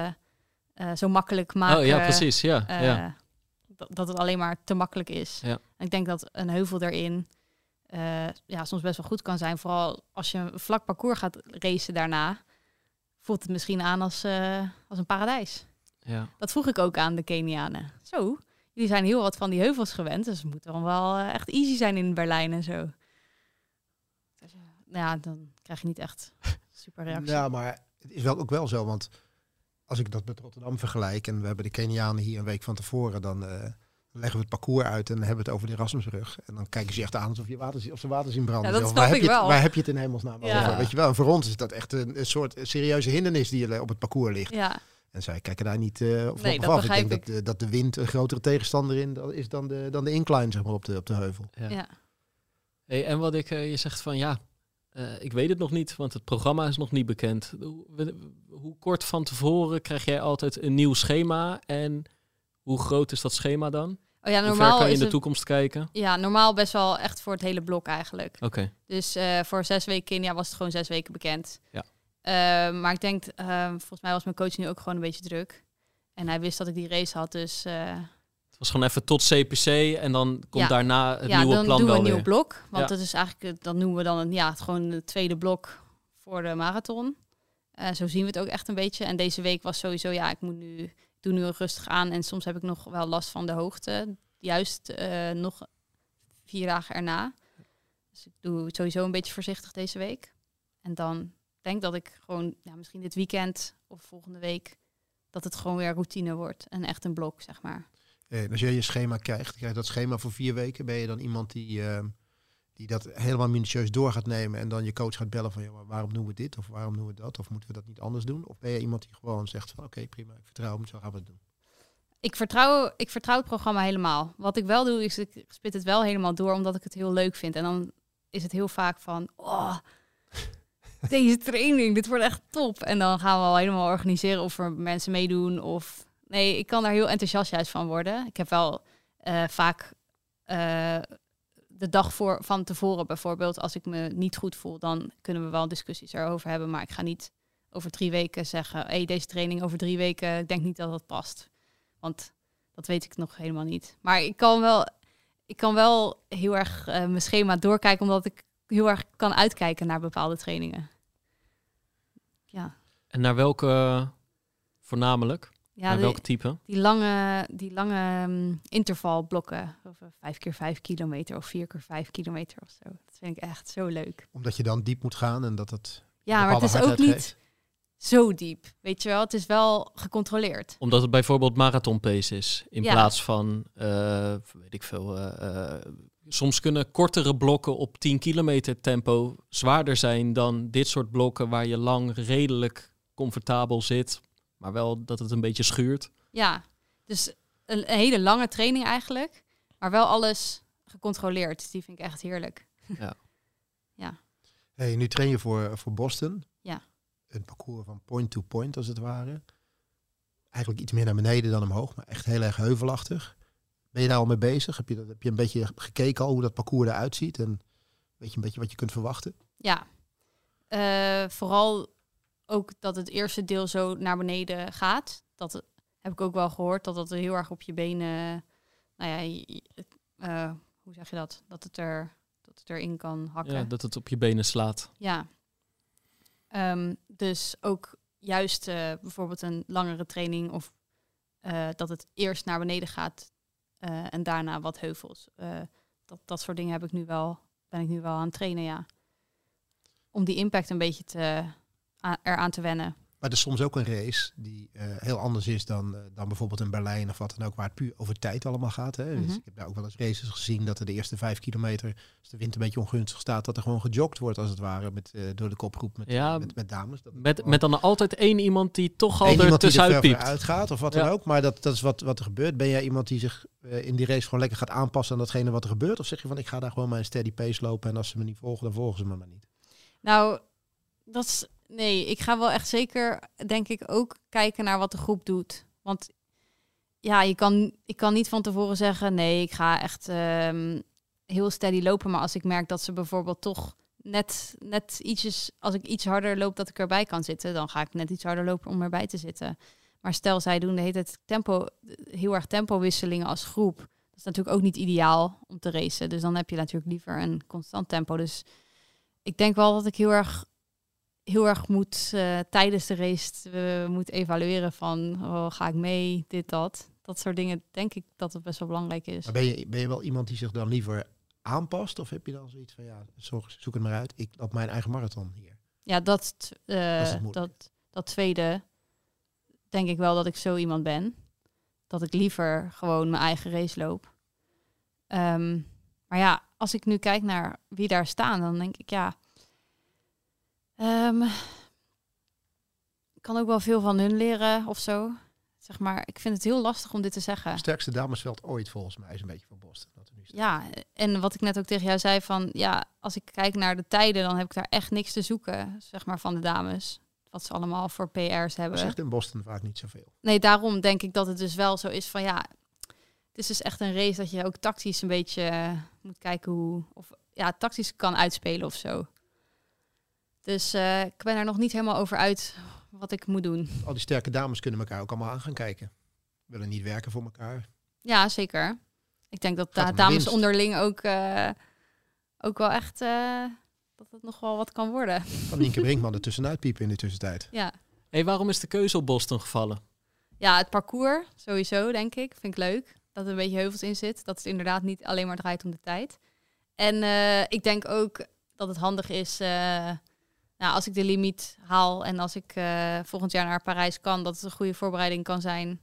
zo makkelijk maken. Oh ja, precies, ja. Dat het alleen maar te makkelijk is. Ja. En ik denk dat een heuvel erin soms best wel goed kan zijn. Vooral als je een vlak parcours gaat racen daarna, voelt het misschien aan als een paradijs. Ja. Dat vroeg ik ook aan de Kenianen. Zo, jullie zijn heel wat van die heuvels gewend, dus het moet dan wel echt easy zijn in Berlijn en zo. Dus, dan krijg je niet echt super reactie. Ja, maar het is wel ook wel zo, want als ik dat met Rotterdam vergelijk en we hebben de Kenianen hier een week van tevoren, dan leggen we het parcours uit en hebben we het over de Erasmusbrug. En dan kijken ze echt aan alsof ze water zien branden. Ja, dat snap ik wel. Waar heb je het in hemelsnaam over? Ja. Weet je wel? En voor ons is dat echt een soort serieuze hindernis die op het parcours ligt. Ja. En zij kijken daar niet dat af. Ik begrijp denk dat de wind een grotere tegenstander is dan de incline, zeg maar, op de heuvel. Ja. Hey, en wat je zegt van ik weet het nog niet, want het programma is nog niet bekend. Hoe kort van tevoren krijg jij altijd een nieuw schema en hoe groot is dat schema dan? Oh ja, hoe ver kan je in de toekomst kijken? Ja, normaal best wel echt voor het hele blok eigenlijk. Oké. Dus voor 6 weken Kenia was het gewoon 6 weken bekend. Ja. Maar ik denk, volgens mij was mijn coach nu ook gewoon een beetje druk. En hij wist dat ik die race had, dus... Het was gewoon even tot CPC en dan komt daarna het nieuwe plan wel weer. Ja, dan doen we een nieuw blok. Want dat is eigenlijk, dat noemen we dan gewoon het tweede blok voor de marathon. Zo zien we het ook echt een beetje. En deze week was sowieso, ik doe nu rustig aan. En soms heb ik nog wel last van de hoogte. Juist nog 4 dagen erna. Dus ik doe het sowieso een beetje voorzichtig deze week. En dan denk dat ik gewoon, misschien dit weekend of volgende week, dat het gewoon weer routine wordt. En echt een blok, zeg maar. En als jij je schema krijgt dat schema voor 4 weken, ben je dan iemand die dat helemaal minutieus door gaat nemen en dan je coach gaat bellen van, maar waarom doen we dit of waarom doen we dat of moeten we dat niet anders doen? Of ben je iemand die gewoon zegt van, oké, prima, ik vertrouw hem, zo gaan we het doen? Ik vertrouw het programma helemaal. Wat ik wel doe, is ik spit het wel helemaal door, omdat ik het heel leuk vind. En dan is het heel vaak van, deze training, dit wordt echt top. En dan gaan we al helemaal organiseren of er mensen meedoen of... Nee, ik kan daar heel enthousiast juist van worden. Ik heb wel vaak de dag van tevoren bijvoorbeeld, als ik me niet goed voel, dan kunnen we wel discussies erover hebben. Maar ik ga niet over 3 weken zeggen, deze training over 3 weken, ik denk niet dat dat past. Want dat weet ik nog helemaal niet. Maar ik kan wel heel erg mijn schema doorkijken, omdat ik heel erg kan uitkijken naar bepaalde trainingen. Ja. En naar welke voornamelijk? Ja, naar welk type? Die lange intervalblokken. Over 5 keer 5 kilometer of 4 keer 5 kilometer of zo. Dat vind ik echt zo leuk. Omdat je dan diep moet gaan en dat het... Ja, maar het is ook niet zo diep. Weet je wel, het is wel gecontroleerd. Omdat het bijvoorbeeld marathon pace is. In plaats van, weet ik veel... soms kunnen kortere blokken op 10 kilometer tempo zwaarder zijn dan dit soort blokken waar je lang redelijk comfortabel zit, maar wel dat het een beetje schuurt. Ja, dus een hele lange training eigenlijk, maar wel alles gecontroleerd. Die vind ik echt heerlijk. Ja. Hey, nu train je voor Boston. Ja. Een parcours van point to point als het ware. Eigenlijk iets meer naar beneden dan omhoog, maar echt heel erg heuvelachtig. Ben je daar al mee bezig? Heb je een beetje gekeken al hoe dat parcours eruit ziet? En weet je een beetje wat je kunt verwachten? Ja, vooral ook dat het eerste deel zo naar beneden gaat. Dat heb ik ook wel gehoord, dat heel erg op je benen... hoe zeg je dat? Dat het erin kan hakken. Ja, dat het op je benen slaat. Ja. Dus ook juist bijvoorbeeld een langere training of dat het eerst naar beneden gaat en daarna wat heuvels. Dat soort dingen ben ik nu wel aan het trainen, ja. Om die impact een beetje eraan te wennen. Maar er is soms ook een race die heel anders is dan bijvoorbeeld een Berlijn of wat dan ook, waar het puur over tijd allemaal gaat. Hè? Mm-hmm. Dus ik heb daar ook wel eens races gezien dat er de eerste 5 kilometer, als de wind een beetje ongunstig staat, dat er gewoon gejogd wordt als het ware door de kopgroep met dames. Met dan altijd één iemand die toch al er tussenuit piept. Uitgaat of wat dan ook. Maar dat is wat er gebeurt. Ben jij iemand die zich in die race gewoon lekker gaat aanpassen aan datgene wat er gebeurt? Of zeg je van, ik ga daar gewoon mijn steady pace lopen en als ze me niet volgen, dan volgen ze me maar niet? Nou, nee, ik ga wel echt zeker, denk ik, ook kijken naar wat de groep doet. Want ja, ik kan niet van tevoren zeggen, nee, ik ga echt heel steady lopen. Maar als ik merk dat ze bijvoorbeeld toch net ietsjes, als ik iets harder loop, dat ik erbij kan zitten, dan ga ik net iets harder lopen om erbij te zitten. Maar stel, zij doen de hele tijd heel erg tempowisselingen als groep. Dat is natuurlijk ook niet ideaal om te racen. Dus dan heb je natuurlijk liever een constant tempo. Dus ik denk wel dat ik heel erg moet tijdens de race moet evalueren van, ga ik mee, dit, dat. Dat soort dingen, denk ik dat het best wel belangrijk is. Maar ben je wel iemand die zich dan liever aanpast? Of heb je dan zoiets van, zoek het maar uit, ik op mijn eigen marathon hier? Ja, dat tweede, denk ik wel dat ik zo iemand ben. Dat ik liever gewoon mijn eigen race loop. Maar ja, als ik nu kijk naar wie daar staan, dan denk ik, ik kan ook wel veel van hun leren of zo. Zeg maar, ik vind het heel lastig om dit te zeggen. Het sterkste damesveld ooit volgens mij is een beetje van Boston. Ja, en wat ik net ook tegen jou zei van, ja, als ik kijk naar de tijden, dan heb ik daar echt niks te zoeken, zeg maar, van de dames. Wat ze allemaal voor PR's hebben. Dat zegt in Boston vaak niet zoveel. Nee, daarom denk ik dat het dus wel zo is van, ja, het is dus echt een race dat je ook tactisch een beetje moet kijken tactisch kan uitspelen of zo. Dus ik ben er nog niet helemaal over uit wat ik moet doen. Al die sterke dames kunnen elkaar ook allemaal aan gaan kijken. Willen niet werken voor elkaar. Ja, zeker. Ik denk dat Gaat om de dames winst. onderling ook wel echt... dat het nog wel wat kan worden. Kan Nienke Brinkman er tussenuit piepen in de tussentijd. Ja. Hey, waarom is de keuze op Boston gevallen? Ja, het parcours sowieso, denk ik. Vind ik leuk. Dat er een beetje heuvels in zit. Dat het inderdaad niet alleen maar draait om de tijd. En ik denk ook dat het handig is... als ik de limiet haal en als ik volgend jaar naar Parijs kan... dat het een goede voorbereiding kan zijn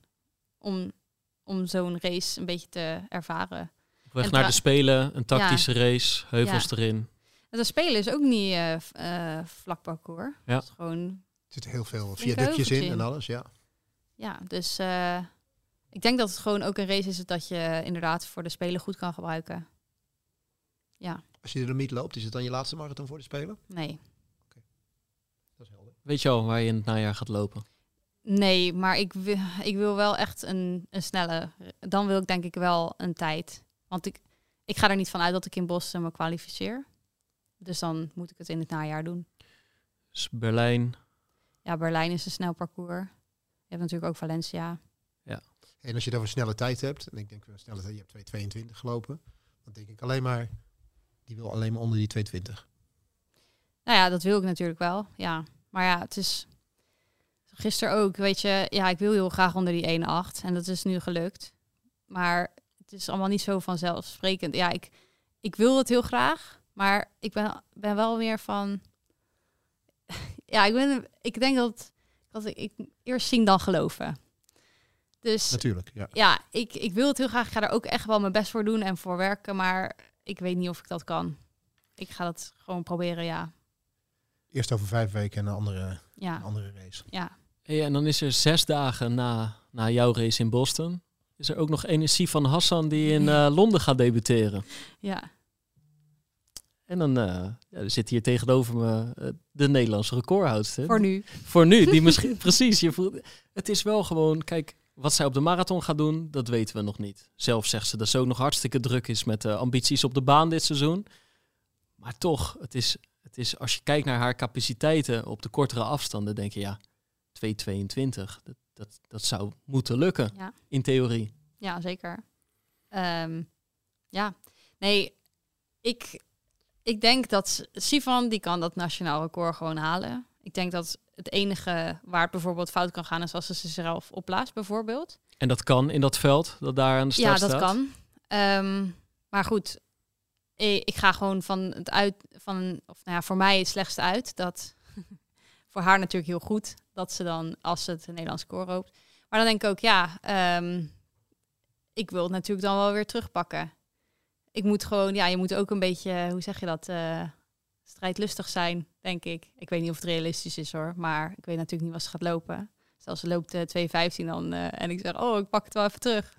om zo'n race een beetje te ervaren. Op weg En naar de Spelen, een tactische race, heuvels Ja. erin. En dat spelen is ook niet vlak parcours. Ja. Het is gewoon... Er zitten heel veel Flinke viaductjes in heuveltje en in. alles, ja. Ja, dus ik denk dat het gewoon ook een race is dat je inderdaad voor de Spelen goed kan gebruiken. Ja, Als je de limiet loopt, is het dan je laatste marathon voor de Spelen? nee. Dat is helder. Weet je al waar je in het najaar gaat lopen? Nee, maar ik wil wel echt een snelle... Dan wil ik denk ik wel een tijd. Want ik ga er niet van uit dat ik in Boston me kwalificeer. Dus dan moet ik het in het najaar doen. Dus Berlijn. Ja, Berlijn is een snel parcours. Je hebt natuurlijk ook Valencia. En als je het over snelle tijd hebt, en ik denk wel snelle tijd, je hebt 2:22 gelopen, dan denk ik alleen maar, die wil alleen maar onder die 2:20. Nou ja, dat wil ik natuurlijk wel. Ja, maar ja, het is gisteren ook, weet je, ja, ik wil heel graag onder die 1,8 en dat is nu gelukt. Maar het is allemaal niet zo vanzelfsprekend. Ja, ik wil het heel graag, maar ik ben wel meer van, ja, ik denk dat ik eerst zien dan geloven. Dus Natuurlijk, ja. ja, ik wil het heel graag. Ik ga er ook echt wel mijn best voor doen en voor werken, maar ik weet niet of ik dat kan. Ik ga dat gewoon proberen, ja. Eerst over 5 weken en een Ja, andere race. ja. Hey, en dan is er 6 dagen na jouw race in Boston. Is er ook nog een Sifan Hassan die in Londen gaat debuteren. Ja, En dan er zit hier tegenover me de Nederlandse recordhoudster. voor nu. Voor nu, die misschien precies. Je voelt, het is wel gewoon, kijk, wat zij op de marathon gaat doen, dat weten we nog niet. Zelf zegt ze dat ze ook nog hartstikke druk is met ambities op de baan dit seizoen. Maar toch, het is als je kijkt naar haar capaciteiten op de kortere afstanden, denk je ja, 2:22, dat zou moeten lukken, Ja, in theorie. ja zeker. Ja, nee, ik denk dat Sifan, die kan dat nationaal record gewoon halen. Ik denk dat het enige waar het bijvoorbeeld fout kan gaan is als ze zichzelf opblaast, bijvoorbeeld. En dat kan in dat veld dat daar aan de start Ja, dat staat. kan. Maar goed, ik ga gewoon voor mij het slechtste uit. Dat voor haar natuurlijk heel goed dat ze dan, als ze het Nederlands record loopt. Maar dan denk ik ook, ja, ik wil het natuurlijk dan wel weer terugpakken. Ik moet gewoon, ja, je moet ook een beetje, hoe zeg je dat, strijdlustig zijn, denk ik. Ik weet niet of het realistisch is hoor, maar ik weet natuurlijk niet wat ze gaat lopen. Stel ze loopt 2:15 dan en ik zeg, oh, ik pak het wel even terug.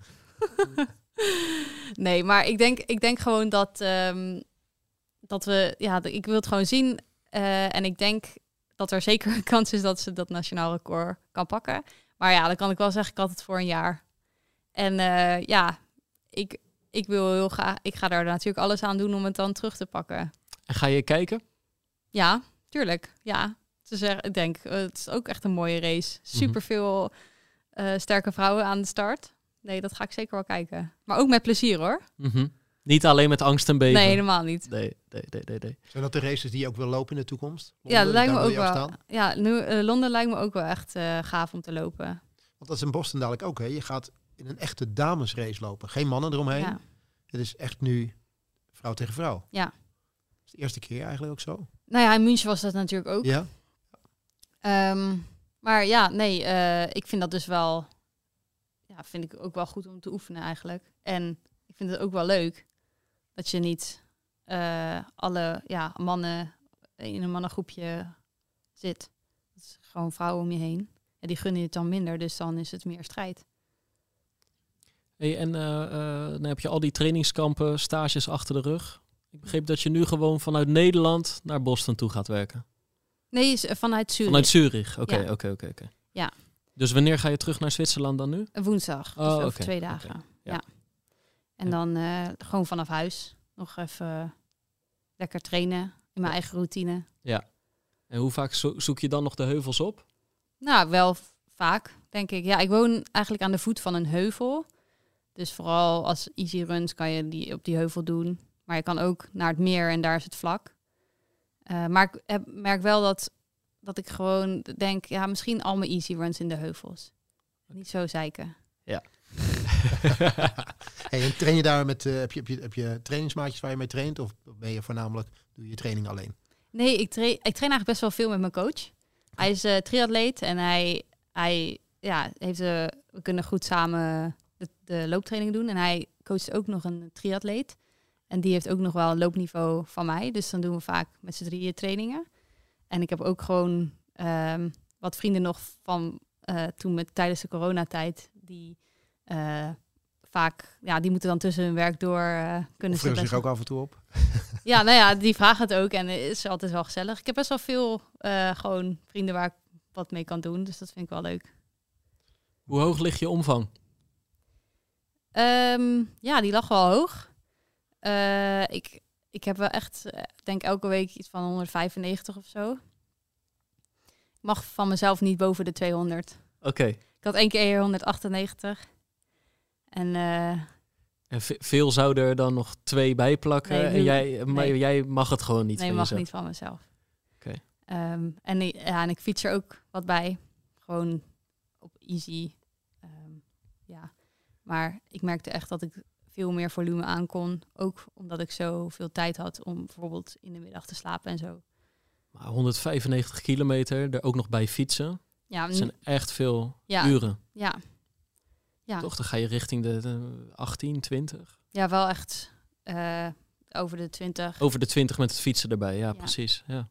Nee, maar ik denk gewoon dat we, ja, ik wil het gewoon zien. En ik denk dat er zeker een kans is dat ze dat nationaal record kan pakken. Maar ja, dan kan ik wel zeggen, ik had het voor een jaar. En ja, ik wil heel graag, ik ga daar natuurlijk alles aan doen om het dan terug te pakken. En ga je kijken? Ja, tuurlijk. Ja. Ik denk, het is ook echt een mooie race. Superveel sterke vrouwen aan de start. Nee, dat ga ik zeker wel kijken. Maar ook met plezier hoor. Mhm. Niet alleen met angst en beven. Nee, helemaal niet. Nee. Zijn dat de races die je ook wil lopen in de toekomst? Ja, dat lijkt me daar wil ook je op wel. staan? Ja, nu Londen lijkt me ook wel echt gaaf om te lopen. Want dat is in Boston dadelijk ook, hè? Je gaat in een echte damesrace lopen. Geen mannen eromheen. Ja. Het is echt nu vrouw tegen vrouw. Ja. Dat is de eerste keer eigenlijk ook zo. Nou ja, in München was dat natuurlijk ook. Ja. Maar ja, nee, ik vind dat dus wel, ja, vind ik ook wel goed om te oefenen eigenlijk. En ik vind het ook wel leuk dat je niet alle mannen in een mannengroepje zit. Het is gewoon vrouwen om je heen. Ja, die gunnen je het dan minder, dus dan is het meer strijd. Hey, en dan heb je al die trainingskampen, stages achter de rug. Ik begreep dat je nu gewoon vanuit Nederland naar Boston toe gaat werken. Nee, vanuit Zurich. Vanuit Zurich, oké. Ja. Ja. Dus wanneer ga je terug naar Zwitserland dan nu? Woensdag, dus Oh, over oké, 2 dagen. oké. Ja. Ja. En dan gewoon vanaf huis nog even lekker trainen in mijn eigen routine. En En hoe vaak zoek je dan nog de heuvels op? Nou, wel vaak, denk ik. Ja, ik woon eigenlijk aan de voet van een heuvel. Dus vooral als easy runs kan je die op die heuvel doen. Maar je kan ook naar het meer en daar is het vlak. Maar ik merk wel dat ik gewoon denk, ja, misschien al mijn easy runs in de heuvels. Niet zo zeiken. Ja. Hey, en train je daar met, heb je trainingsmaatjes waar je mee traint? Of ben je voornamelijk, doe je training alleen? Nee, ik train eigenlijk best wel veel met mijn coach. Hij is triatleet en hij heeft we kunnen goed samen de looptraining doen. En hij coacht ook nog een triatleet. En die heeft ook nog wel een loopniveau van mij. Dus dan doen we vaak met z'n drieën trainingen. En ik heb ook gewoon wat vrienden nog van toen tijdens de coronatijd. Die vaak, die moeten dan tussen hun werk door kunnen Of zich ook af en toe op? Ja, nou ja, die vragen het ook. En het is altijd wel gezellig. Ik heb best wel veel gewoon vrienden waar ik wat mee kan doen. Dus dat vind ik wel leuk. Hoe hoog ligt je omvang? Ja, die lag wel hoog. Ik heb wel echt, denk elke week iets van 195 of zo. Ik mag van mezelf niet boven de 200. Oké. Ik had 1 keer 198. En veel zouden er dan nog 2 bij plakken. Nee, en jij mag het gewoon niet. Nee, van mag jezelf. niet van mezelf. Oké. En ik fiets er ook wat bij. Gewoon op easy. Maar ik merkte echt dat ik veel meer volume aan kon. Ook omdat ik zoveel tijd had om bijvoorbeeld in de middag te slapen en zo. Maar 195 kilometer, er ook nog bij fietsen. Ja, Dat zijn echt veel uren. Ja. Toch? Dan ga je richting de 18, 20. Ja, wel echt over de 20. Over de 20 met het fietsen erbij, ja. Precies. Ja.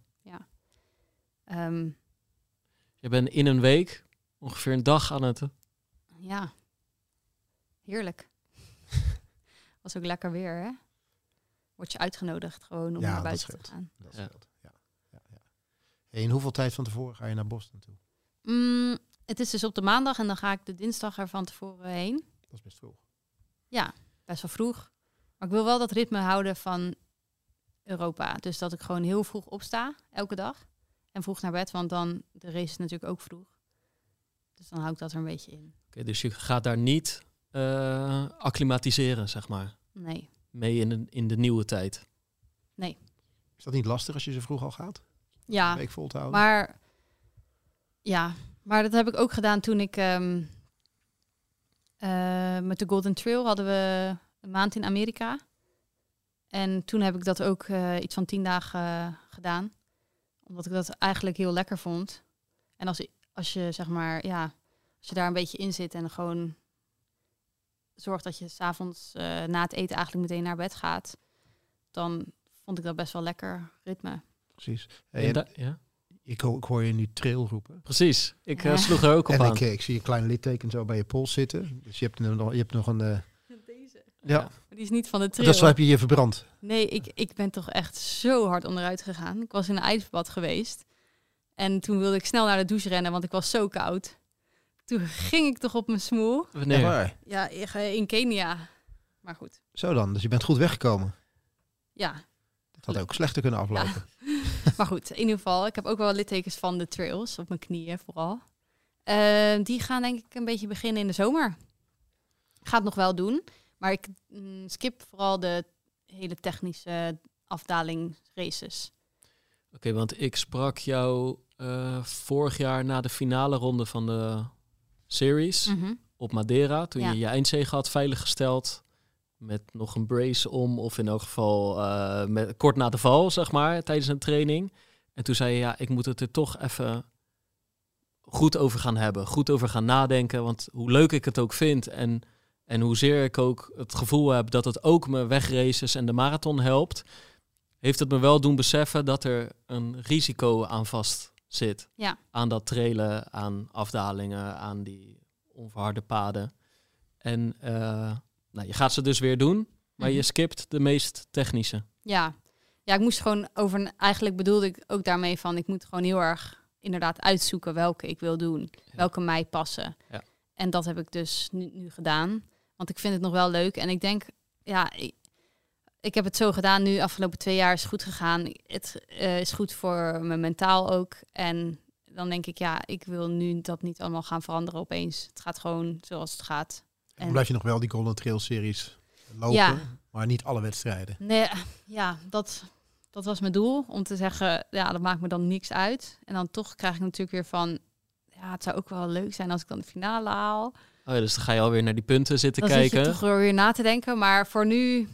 Je bent in een week ongeveer een dag aan het... Ja. Heerlijk. Was ook lekker weer, hè? Word je uitgenodigd gewoon om naar buiten te gaan. Dat scheelt. Ja. Hey, en hoeveel tijd van tevoren ga je naar Boston toe? Het is dus op de maandag en dan ga ik de dinsdag er van tevoren heen. Dat is best vroeg. Ja, best wel vroeg. Maar ik wil wel dat ritme houden van Europa. Dus dat ik gewoon heel vroeg opsta, elke dag. En vroeg naar bed, want dan de race is natuurlijk ook vroeg. Dus dan hou ik dat er een beetje in. Oké, dus je gaat daar niet acclimatiseren, zeg maar. Nee. Mee in de nieuwe tijd. Nee. Is dat niet lastig als je zo vroeg al gaat? Ja, een week vol te houden? Maar dat heb ik ook gedaan toen ik met de Golden Trail hadden we een maand in Amerika. En toen heb ik dat ook iets van 10 dagen gedaan. Omdat ik dat eigenlijk heel lekker vond. En als je zeg maar, als je daar een beetje in zit en gewoon zorgt dat je 's avonds na het eten eigenlijk meteen naar bed gaat, dan vond ik dat best wel lekker ritme. Precies. En ik hoor je nu trail roepen. Precies. Ik sloeg er ook op aan. Ik zie een klein litteken zo bij je pols zitten. Dus je hebt nog een... Deze. Ja. Maar die is niet van de trail. Dat is wel heb je je verbrand. Nee, ik ben toch echt zo hard onderuit gegaan. Ik was in een ijsbad geweest. En toen wilde ik snel naar de douche rennen, want ik was zo koud. Toen ging ik toch op mijn smoel. Wanneer? Ja, in Kenia. Maar goed. Zo dan, dus je bent goed weggekomen. Ja. Dat had ook slechter kunnen aflopen. Ja. Maar goed, in ieder geval. Ik heb ook wel littekens van de trails, op mijn knieën vooral. Die gaan denk ik een beetje beginnen in de zomer. Ik ga het nog wel doen. Maar ik skip vooral de hele technische afdaling races. Oké, want ik sprak jou vorig jaar na de finale ronde van de series op Madeira. Toen je eindzege had veiliggesteld met nog een brace om. Of in elk geval kort na de val, zeg maar, tijdens een training. En toen zei je, ik moet het er toch even goed over gaan hebben. Goed over gaan nadenken. Want hoe leuk ik het ook vind en hoezeer ik ook het gevoel heb dat het ook mijn wegraces en de marathon helpt, heeft het me wel doen beseffen dat er een risico aan vast zit. Ja. Aan dat trailen, aan afdalingen, aan die onverharde paden. En je gaat ze dus weer doen, maar je skipt de meest technische. Ja, ik moest gewoon eigenlijk bedoelde ik ook daarmee van, ik moet gewoon heel erg inderdaad uitzoeken welke ik wil doen. Ja. Welke mij passen. Ja. En dat heb ik dus nu gedaan. Want ik vind het nog wel leuk. En ik denk, ik heb het zo gedaan nu. Afgelopen 2 jaar is het goed gegaan. Het is goed voor mijn mentaal ook. En dan denk ik, ja, ik wil nu dat niet allemaal gaan veranderen opeens. Het gaat gewoon zoals het gaat. En dan blijf je nog wel die Golden Trail Series lopen, Ja. maar niet alle wedstrijden. Nee, ja, dat was mijn doel. Om te zeggen, ja, dat maakt me dan niks uit. En dan toch krijg ik natuurlijk weer van... Ja, het zou ook wel leuk zijn als ik dan de finale haal. Oh ja, dus dan ga je alweer naar die punten zitten Dan kijken. zit je toch wel weer na te denken. Maar voor nu...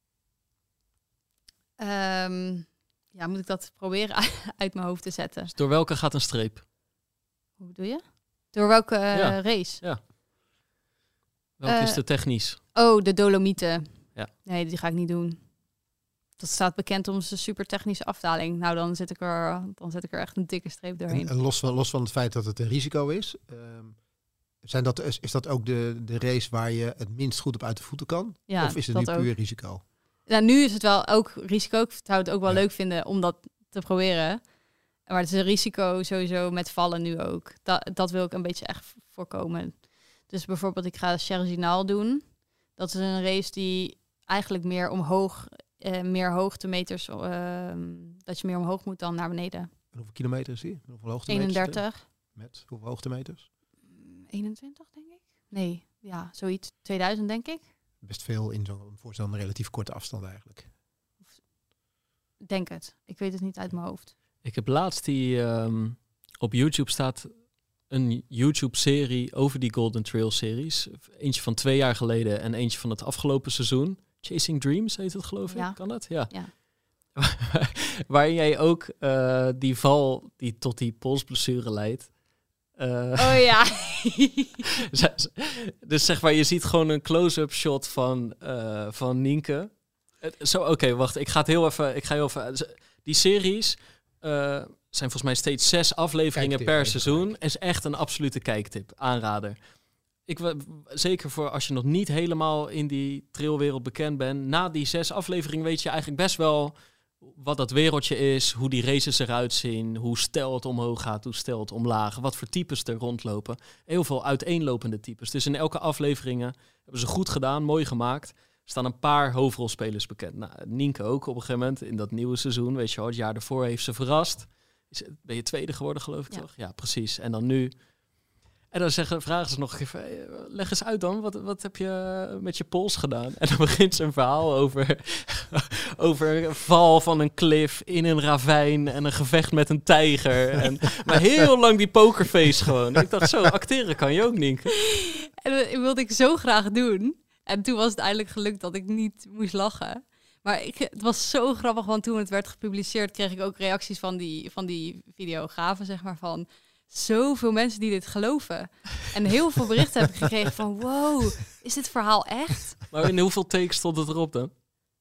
moet ik dat proberen uit mijn hoofd te zetten. Dus door welke gaat een streep? Hoe bedoel je? Door welke Ja. race? Welke is de technisch? Oh, de Dolomieten. Ja. Nee, die ga ik niet doen. Dat staat bekend om zijn super technische afdaling. Nou, dan zet ik er echt een dikke streep doorheen. En los van het feit dat het een risico is, is dat ook de race waar je het minst goed op uit de voeten kan? Ja, Of is het nu dat ook. puur risico? Nou, nu is het wel ook risico. Ik zou het ook wel Ja. leuk vinden om dat te proberen. Maar het is een risico sowieso met vallen nu ook. Dat wil ik een beetje echt voorkomen. Dus bijvoorbeeld, ik ga Cherginal doen. Dat is een race die eigenlijk meer omhoog, meer hoogtemeters, dat je meer omhoog moet dan naar beneden. En hoeveel kilometer is die? Hoeveel hoogtemeters? 31. Met hoeveel hoogtemeters? 21, denk ik. Nee, ja, zoiets. 2000, denk ik. Best veel voor zo'n relatief korte afstand eigenlijk. Denk het. Ik weet het niet uit mijn hoofd. Ik heb laatst op YouTube staat een YouTube-serie over die Golden Trail series. Eentje van 2 jaar geleden en eentje van het afgelopen seizoen. Chasing Dreams heet het, geloof ik. Ja. Kan dat? Ja. Ja. Waarin jij ook die val die tot die polsblessure leidt. Oh ja. Dus zeg maar, je ziet gewoon een close-up shot van Nienke. Oké, wacht. Ik ga heel even... Die series zijn volgens mij steeds 6 afleveringen Kijktip, per even seizoen. gelijk. Is echt een absolute kijktip. Aanrader. Zeker voor als je nog niet helemaal in die trailwereld bekend bent. Na die 6 afleveringen weet je eigenlijk best wel wat dat wereldje is, hoe die races eruit zien, hoe stijl het omhoog gaat, hoe stijl het omlaag, wat voor types er rondlopen. Heel veel uiteenlopende types. Dus in elke afleveringen hebben ze goed gedaan, mooi gemaakt. Er staan een paar hoofdrolspelers bekend. Nou, Nienke ook op een gegeven moment in dat nieuwe seizoen. Weet je wel, het jaar daarvoor heeft ze verrast. Ben je tweede geworden, geloof ik, Ja. toch? Ja, precies. En dan nu... En dan vragen ze nog even, hey, leg eens uit dan, wat heb je met je pols gedaan? En dan begint ze een verhaal over een val van een klif in een ravijn en een gevecht met een tijger. Maar heel lang die pokerface gewoon. Ik dacht, zo, acteren kan je ook, Nienke. En dat wilde ik zo graag doen. En toen was het eindelijk gelukt dat ik niet moest lachen. Maar het was zo grappig, want toen het werd gepubliceerd kreeg ik ook reacties van die videografen, zeg maar, van zoveel mensen die dit geloven. En heel veel berichten heb ik gekregen van, wow, is dit verhaal echt? Maar in hoeveel takes stond het erop dan?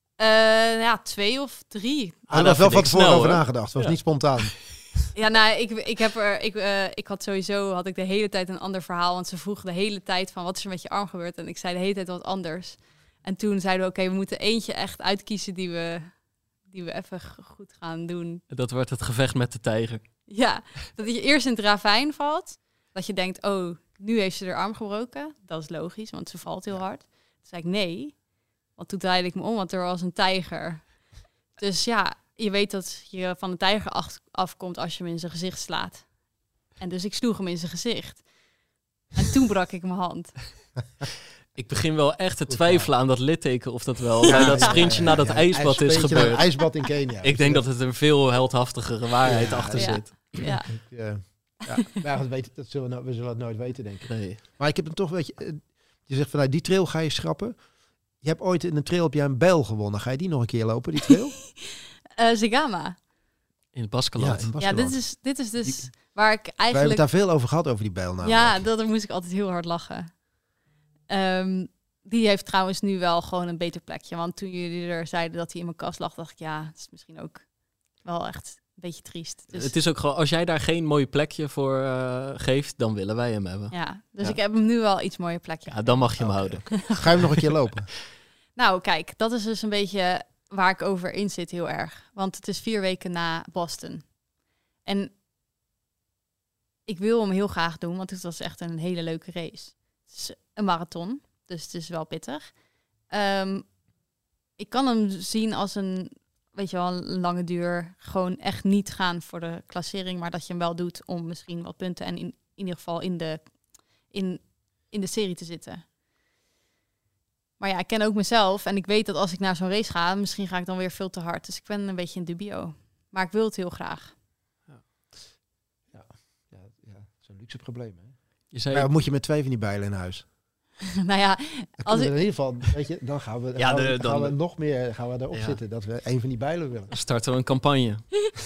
2 of 3. Hij dat had wel vind van ik tevoren snel, over hoor. nagedacht. Het was Ja. niet spontaan. Ja, nou, ik had sowieso de hele tijd een ander verhaal. Want ze vroegen de hele tijd van, wat is er met je arm gebeurd? En ik zei de hele tijd wat anders. En toen zeiden we, oké, we moeten eentje echt uitkiezen die we even goed gaan doen. Dat wordt het gevecht met de tijger. Ja, dat je eerst in het ravijn valt. Dat je denkt, oh, nu heeft ze haar arm gebroken. Dat is logisch, want ze valt heel hard. Toen zei ik nee, want toen draaide ik me om, want er was een tijger. Dus ja, je weet dat je van de tijger afkomt als je hem in zijn gezicht slaat. En dus ik sloeg hem in zijn gezicht. En toen brak ik mijn hand. Ik begin wel echt te twijfelen aan dat litteken of dat wel bij dat sprintje naar dat Ja, ijsbad is sprintje naar gebeurd. het ijsbad in Kenia. Ik denk dat het een veel heldhaftigere waarheid Ja, achter ja. zit. Ja. Maar we zullen het nooit weten, denk ik. Nee. Maar ik heb hem toch, weet je, je zegt vanuit die trail ga je schrappen. Je hebt ooit in een trail heb jij een bijl gewonnen. Ga je die nog een keer lopen, die trail? Zegama. In het Baskeland. in Ja, Baskeland. dit is dus Die- waar ik Wij hebben het eigenlijk... daar veel over gehad, over die bijl namelijk. Ja, daar moest ik altijd heel hard lachen. Die heeft trouwens nu wel gewoon een beter plekje. Want toen jullie er zeiden dat hij in mijn kast lag, dacht ik, ja, het is misschien ook wel echt een beetje triest. Dus, Het is ook gewoon, als jij daar geen mooi plekje voor geeft, dan willen wij hem hebben. ja, dus Ja. ik heb hem nu wel iets mooier plekje. Ja, dan mag je hem Oké. houden. Ga je hem nog een keer lopen? Nou, kijk, dat is dus een beetje waar ik over in zit heel erg. Want het is 4 weken na Boston. En ik wil hem heel graag doen, want het was echt een hele leuke race. Het is een marathon, dus het is wel pittig. ik kan hem zien als een, weet je wel, een lange duur. Gewoon echt niet gaan voor de klassering, maar dat je hem wel doet om misschien wat punten en in ieder geval in de serie te zitten. Maar ja, ik ken ook mezelf en ik weet dat als ik naar zo'n race ga, misschien ga ik dan weer veel te hard. Dus ik ben een beetje in dubio. Maar ik wil het heel graag. Ja, zo'n luxe probleem. Hè? Je zei, Maar wat moet je met 2 van die bijlen in huis? Nou ja, Dan als kunnen we ik, in ieder geval, weet je, dan gaan we, gaan we nog meer erop zitten dat we 1 van die bijlen willen. starten we een campagne.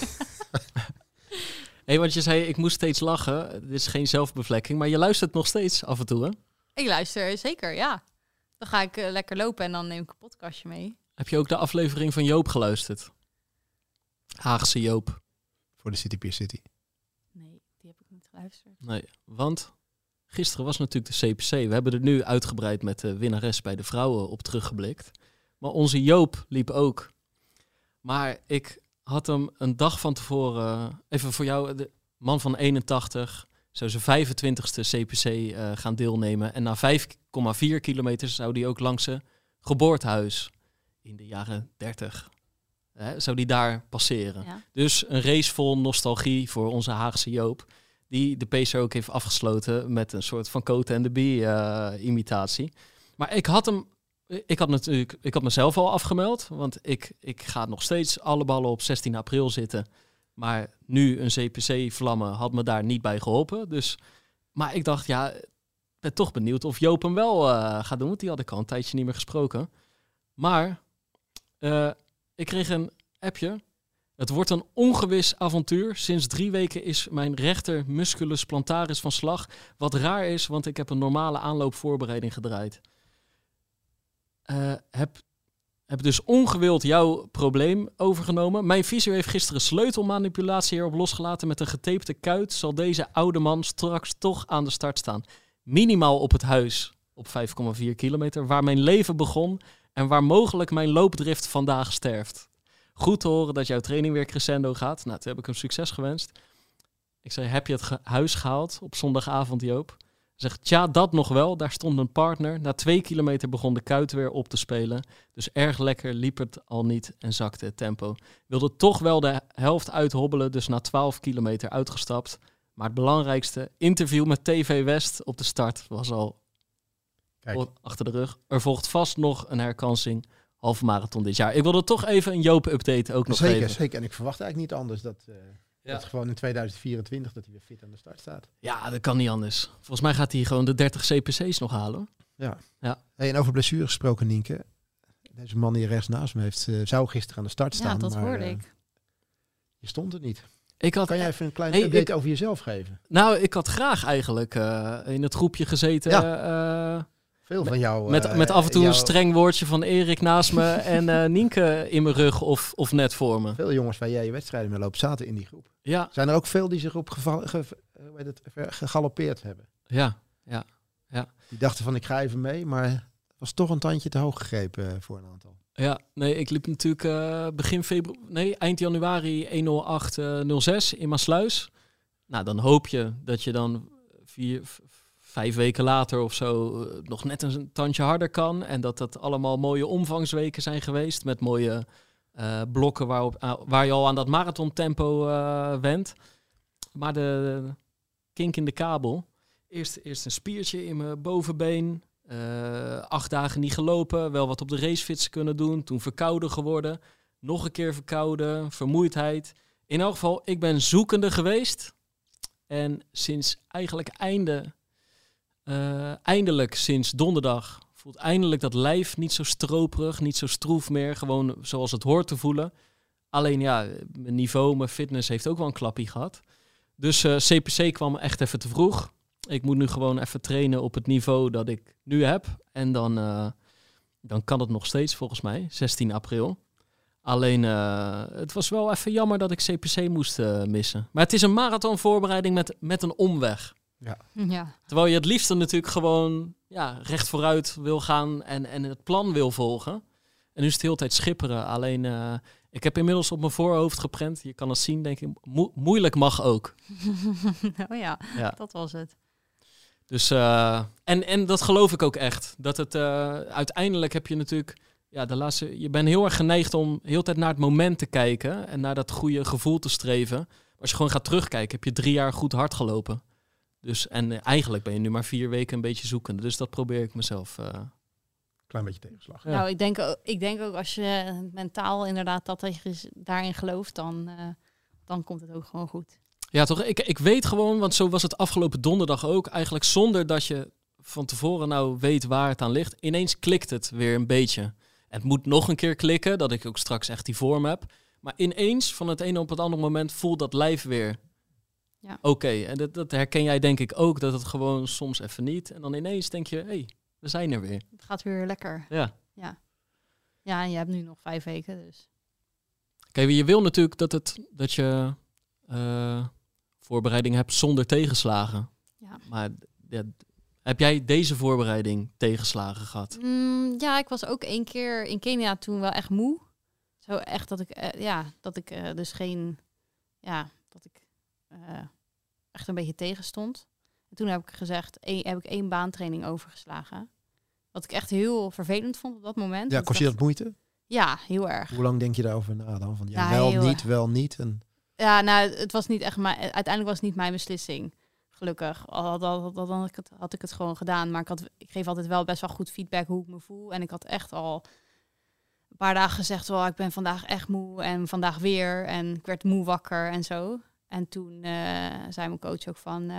Want je zei, ik moest steeds lachen. Dit is geen zelfbevlekking, maar je luistert nog steeds af en toe, hè? ik luister zeker, ja. Dan ga ik lekker lopen en dan neem ik een podcastje mee. Heb je ook de aflevering van Joop geluisterd? Haagse Joop. Voor de City Pier City. Nee, die heb ik niet geluisterd. Nee, want gisteren was natuurlijk de CPC. We hebben er nu uitgebreid met de winnares bij de vrouwen op teruggeblikt. Maar onze Joop liep ook. Maar ik had hem een dag van tevoren, even voor jou, de man van 81, zou zijn 25ste CPC gaan deelnemen. En na 5,4 kilometer zou die ook langs zijn geboortehuis in de jaren 30. Zou die daar passeren. Ja. Dus een race vol nostalgie voor onze Haagse Joop. Die de pacer ook heeft afgesloten met een soort van Cote and the Bee imitatie. Maar ik had mezelf al afgemeld. Want ik ga nog steeds alle ballen op 16 april zitten. Maar nu een CPC-vlammen had me daar niet bij geholpen. Dus, maar ik dacht, ja, ik ben toch benieuwd of Joop hem wel gaat doen. Want die had ik al een tijdje niet meer gesproken. Maar ik kreeg een appje. Het wordt een ongewis avontuur. Sinds 3 weken is mijn rechter musculus plantaris van slag. Wat raar is, want ik heb een normale aanloopvoorbereiding gedraaid. Heb dus ongewild jouw probleem overgenomen. Mijn fysio heeft gisteren sleutelmanipulatie hierop losgelaten. Met een getapte kuit zal deze oude man straks toch aan de start staan. Minimaal op het huis op 5,4 kilometer, waar mijn leven begon en waar mogelijk mijn loopdrift vandaag sterft. Goed te horen dat jouw training weer crescendo gaat. Nou, toen heb ik hem succes gewenst. Ik zei, heb je het huis gehaald op zondagavond, Joop? Hij zegt, tja, dat nog wel. Daar stond mijn partner. Na 2 kilometer begon de kuit weer op te spelen. Dus erg lekker liep het al niet en zakte het tempo. Wilde toch wel de helft uithobbelen, dus na 12 kilometer uitgestapt. Maar het belangrijkste, interview met TV West op de start was al achter de rug. Er volgt vast nog een herkansing. Halve marathon dit jaar. Ik wilde toch even een Joop-update ook nog geven. Zeker. En ik verwacht eigenlijk niet anders dat gewoon in 2024 dat hij weer fit aan de start staat. Ja, dat kan niet anders. Volgens mij gaat hij gewoon de 30 CPC's nog halen. Ja. Ja. Hey, en over blessure gesproken, Nienke. Deze man die rechts naast me heeft, zou gisteren aan de start staan. Ja, dat maar, hoorde ik. Je stond er niet. Kan jij even een kleine update over jezelf geven? Nou, ik had graag eigenlijk in het groepje gezeten. Ja. Veel van jou. Met af en toe een streng woordje van Erik naast me en Nienke in mijn rug of net voor me. Veel jongens waar jij je wedstrijden mee loopt zaten in die groep. Ja. Zijn er ook veel die zich op gegalopeerd hebben? Ja. Die dachten van ik ga even mee, maar het was toch een tandje te hoog gegrepen voor een aantal. Ja, nee, ik liep natuurlijk eind januari 1:08:06 in Maasluis. Nou, dan hoop je dat je dan 5 weken later of zo nog net een tandje harder kan. En dat allemaal mooie omvangsweken zijn geweest met mooie blokken waar je al aan dat marathontempo went. Maar de kink in de kabel. Eerst een spiertje in mijn bovenbeen. 8 dagen niet gelopen. Wel wat op de racefiets kunnen doen. Toen verkouden geworden. Nog een keer verkouden. Vermoeidheid. In elk geval, ik ben zoekende geweest. En sinds eigenlijk eindelijk sinds donderdag voelt eindelijk dat lijf niet zo stroperig, niet zo stroef meer. Gewoon zoals het hoort te voelen. Alleen ja, mijn niveau, mijn fitness heeft ook wel een klappie gehad. Dus CPC kwam echt even te vroeg. Ik moet nu gewoon even trainen op het niveau dat ik nu heb. En dan kan het nog steeds volgens mij, 16 april. Alleen, het was wel even jammer dat ik CPC moest missen. Maar het is een marathonvoorbereiding met een omweg. Ja. Terwijl je het liefst natuurlijk gewoon recht vooruit wil gaan en het plan wil volgen. En nu is het de hele tijd schipperen. Alleen, ik heb inmiddels op mijn voorhoofd geprent. Je kan het zien, denk ik. Moeilijk mag ook. Oh ja, dat was het. Dus, en dat geloof ik ook echt. Dat het uiteindelijk heb je natuurlijk je bent heel erg geneigd om heel de tijd naar het moment te kijken en naar dat goede gevoel te streven. Maar als je gewoon gaat terugkijken, heb je 3 jaar goed hard gelopen. Dus, en eigenlijk ben je nu maar 4 weken een beetje zoekende. Dus dat probeer ik mezelf... Klein beetje tegenslag. Ja. Nou, ik denk ook als je mentaal inderdaad daarin gelooft, dan komt het ook gewoon goed. Ja, toch? Ik weet gewoon, want zo was het afgelopen donderdag ook. Eigenlijk zonder dat je van tevoren nou weet waar het aan ligt. Ineens klikt het weer een beetje. En het moet nog een keer klikken, dat ik ook straks echt die vorm heb. Maar ineens, van het ene op het andere moment, voelt dat lijf weer oké. En dat herken jij denk ik ook, dat het gewoon soms even niet. En dan ineens denk je, hey, we zijn er weer. Het gaat weer lekker. Ja. Ja, en je hebt nu nog 5 weken, dus. Kijk, je wil natuurlijk dat je voorbereiding hebt zonder tegenslagen. Ja. Maar heb jij deze voorbereiding tegenslagen gehad? Ja, ik was ook 1 keer in Kenia toen wel echt moe. Zo echt dat ik, dus geen, dat ik echt een beetje tegenstond. En toen heb ik gezegd, heb ik 1 baantraining overgeslagen. Wat ik echt heel vervelend vond op dat moment. Ja, kost je dat moeite? Ja, heel erg. Hoe lang denk je daarover na dan? Van wel niet. En... Ja, nou, het was niet echt uiteindelijk was het niet mijn beslissing. Gelukkig. Had ik het gewoon gedaan. Maar ik geef altijd wel best wel goed feedback hoe ik me voel. En ik had echt al een paar dagen gezegd, ik ben vandaag echt moe en vandaag weer. En ik werd moe wakker en zo. En toen zei mijn coach ook van,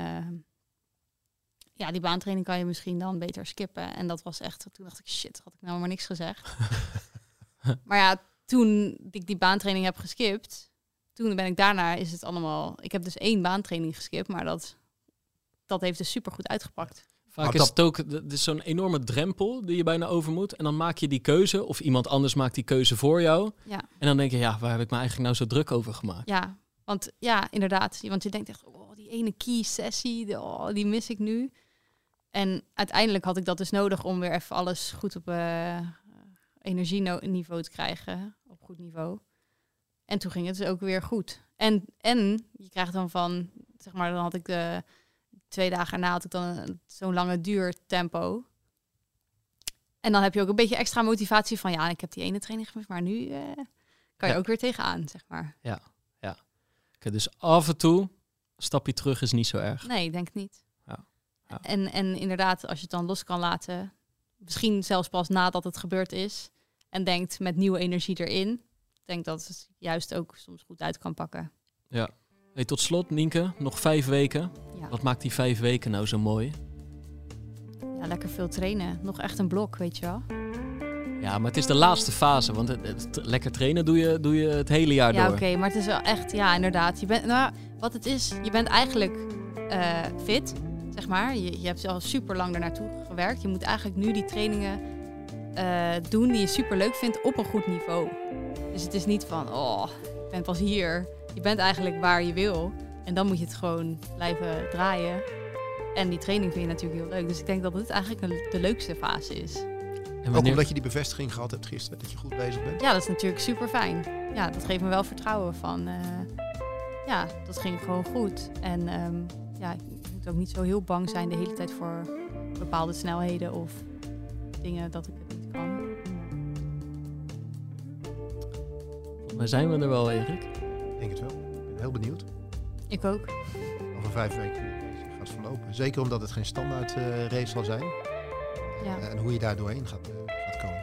die baantraining kan je misschien dan beter skippen. En dat was echt, toen dacht ik, shit, had ik nou maar niks gezegd. Maar ja, toen ik die baantraining heb geskipt, toen ben ik daarna, is het allemaal... Ik heb dus 1 baantraining geskipt, maar dat heeft dus supergoed uitgepakt. Vaak is het ook zo'n enorme drempel die je bijna over moet. En dan maak je die keuze, of iemand anders maakt die keuze voor jou. Ja. En dan denk je, waar heb ik me eigenlijk nou zo druk over gemaakt? Ja, want inderdaad. Want je denkt echt, die ene key-sessie, die mis ik nu. En uiteindelijk had ik dat dus nodig om weer even alles goed op energieniveau te krijgen. Op goed niveau. En toen ging het dus ook weer goed. En je krijgt dan van, zeg maar, dan had ik 2 dagen erna had ik dan zo'n lange duurtempo. En dan heb je ook een beetje extra motivatie van, ik heb die ene training gemist, maar nu kan je ook weer tegenaan, zeg maar. Ja. Okay, dus af en toe, een stapje terug is niet zo erg. Nee, ik denk het niet. Ja. En inderdaad, als je het dan los kan laten, misschien zelfs pas nadat het gebeurd is, en denkt met nieuwe energie erin, ik denk dat het juist ook soms goed uit kan pakken. Ja. Hey, tot slot, Nienke, nog 5 weken. Ja. Wat maakt die 5 weken nou zo mooi? Ja, lekker veel trainen. Nog echt een blok, weet je wel. Ja, maar het is de laatste fase, want lekker trainen doe je het hele jaar door. Ja, oké, maar het is wel echt, inderdaad. Wat het is, je bent eigenlijk fit, zeg maar. Je hebt al super lang ernaartoe gewerkt. Je moet eigenlijk nu die trainingen doen die je super leuk vindt op een goed niveau. Dus het is niet van, ik ben pas hier. Je bent eigenlijk waar je wil. En dan moet je het gewoon blijven draaien. En die training vind je natuurlijk heel leuk. Dus ik denk dat dit eigenlijk de leukste fase is. En ook omdat je die bevestiging gehad hebt gisteren, dat je goed bezig bent. Ja, dat is natuurlijk super fijn. Ja, dat geeft me wel vertrouwen van, dat ging gewoon goed. En je moet ook niet zo heel bang zijn de hele tijd voor bepaalde snelheden of dingen dat ik het niet kan. Volgens mij zijn we er wel, Erik. Ik denk het wel. Ik ben heel benieuwd. Ik ook. Over 5 weken gaat verlopen. Zeker omdat het geen standaard race zal zijn. Ja. En hoe je daar doorheen gaat komen.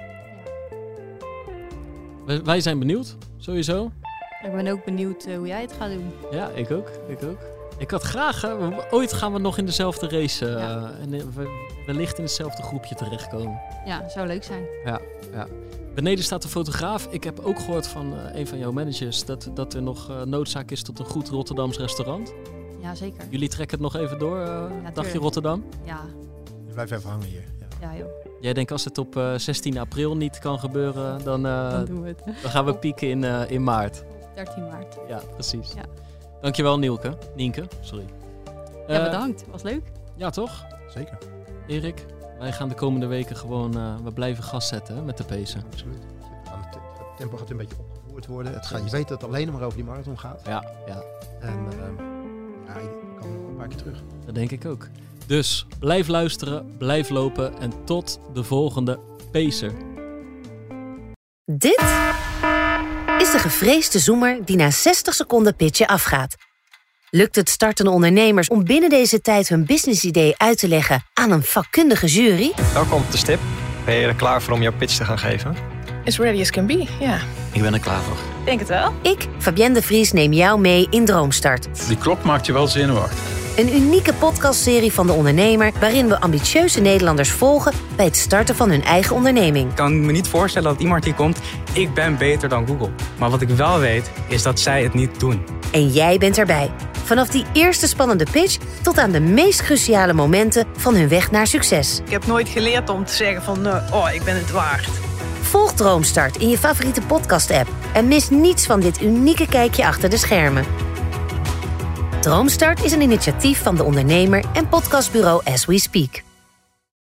Wij zijn benieuwd, sowieso. Ik ben ook benieuwd hoe jij het gaat doen. Ja, ik ook. Ik had graag, ooit gaan we nog in dezelfde race en wellicht in hetzelfde groepje terechtkomen. Ja, zou leuk zijn. Ja. Beneden staat de fotograaf. Ik heb ook gehoord van een van jouw managers dat er nog noodzaak is tot een goed Rotterdams restaurant. Ja, zeker. Jullie trekken het nog even door, dagje tuurlijk. Rotterdam? Ja. Je blijft even hangen hier. Ja, joh. Jij denkt als het op 16 april niet kan gebeuren, dan doen we het. Dan gaan we pieken in maart. 13 maart. Ja, precies. Ja. Dankjewel Nienke, sorry. Ja, bedankt. Was leuk. Ja, toch? Zeker. Erik, wij gaan de komende weken gewoon, we blijven gas zetten hè, met de pacen. Absoluut. Het tempo gaat een beetje opgevoerd worden. Je weet dat het alleen maar over die marathon gaat. Ja. En je kan nog een paar keer terug. Dat denk ik ook. Dus blijf luisteren, blijf lopen en tot de volgende Pacer. Dit is de gevreesde zoemer die na 60 seconden pitchen afgaat. Lukt het startende ondernemers om binnen deze tijd hun businessidee uit te leggen aan een vakkundige jury? Welkom op de stip. Ben je er klaar voor om jouw pitch te gaan geven? As ready as can be, ja. Ik ben er klaar voor. Denk het wel. Ik, Fabienne de Vries, neem jou mee in Droomstart. Die klok maakt je wel zenuwachtig. Een unieke podcastserie van De Ondernemer, waarin we ambitieuze Nederlanders volgen bij het starten van hun eigen onderneming. Ik kan me niet voorstellen dat iemand hier komt, ik ben beter dan Google. Maar wat ik wel weet, is dat zij het niet doen. En jij bent erbij. Vanaf die eerste spannende pitch tot aan de meest cruciale momenten van hun weg naar succes. Ik heb nooit geleerd om te zeggen van, ik ben het waard. Volg Droomstart in je favoriete podcast-app en mis niets van dit unieke kijkje achter de schermen. Droomstart is een initiatief van De Ondernemer en podcastbureau As We Speak.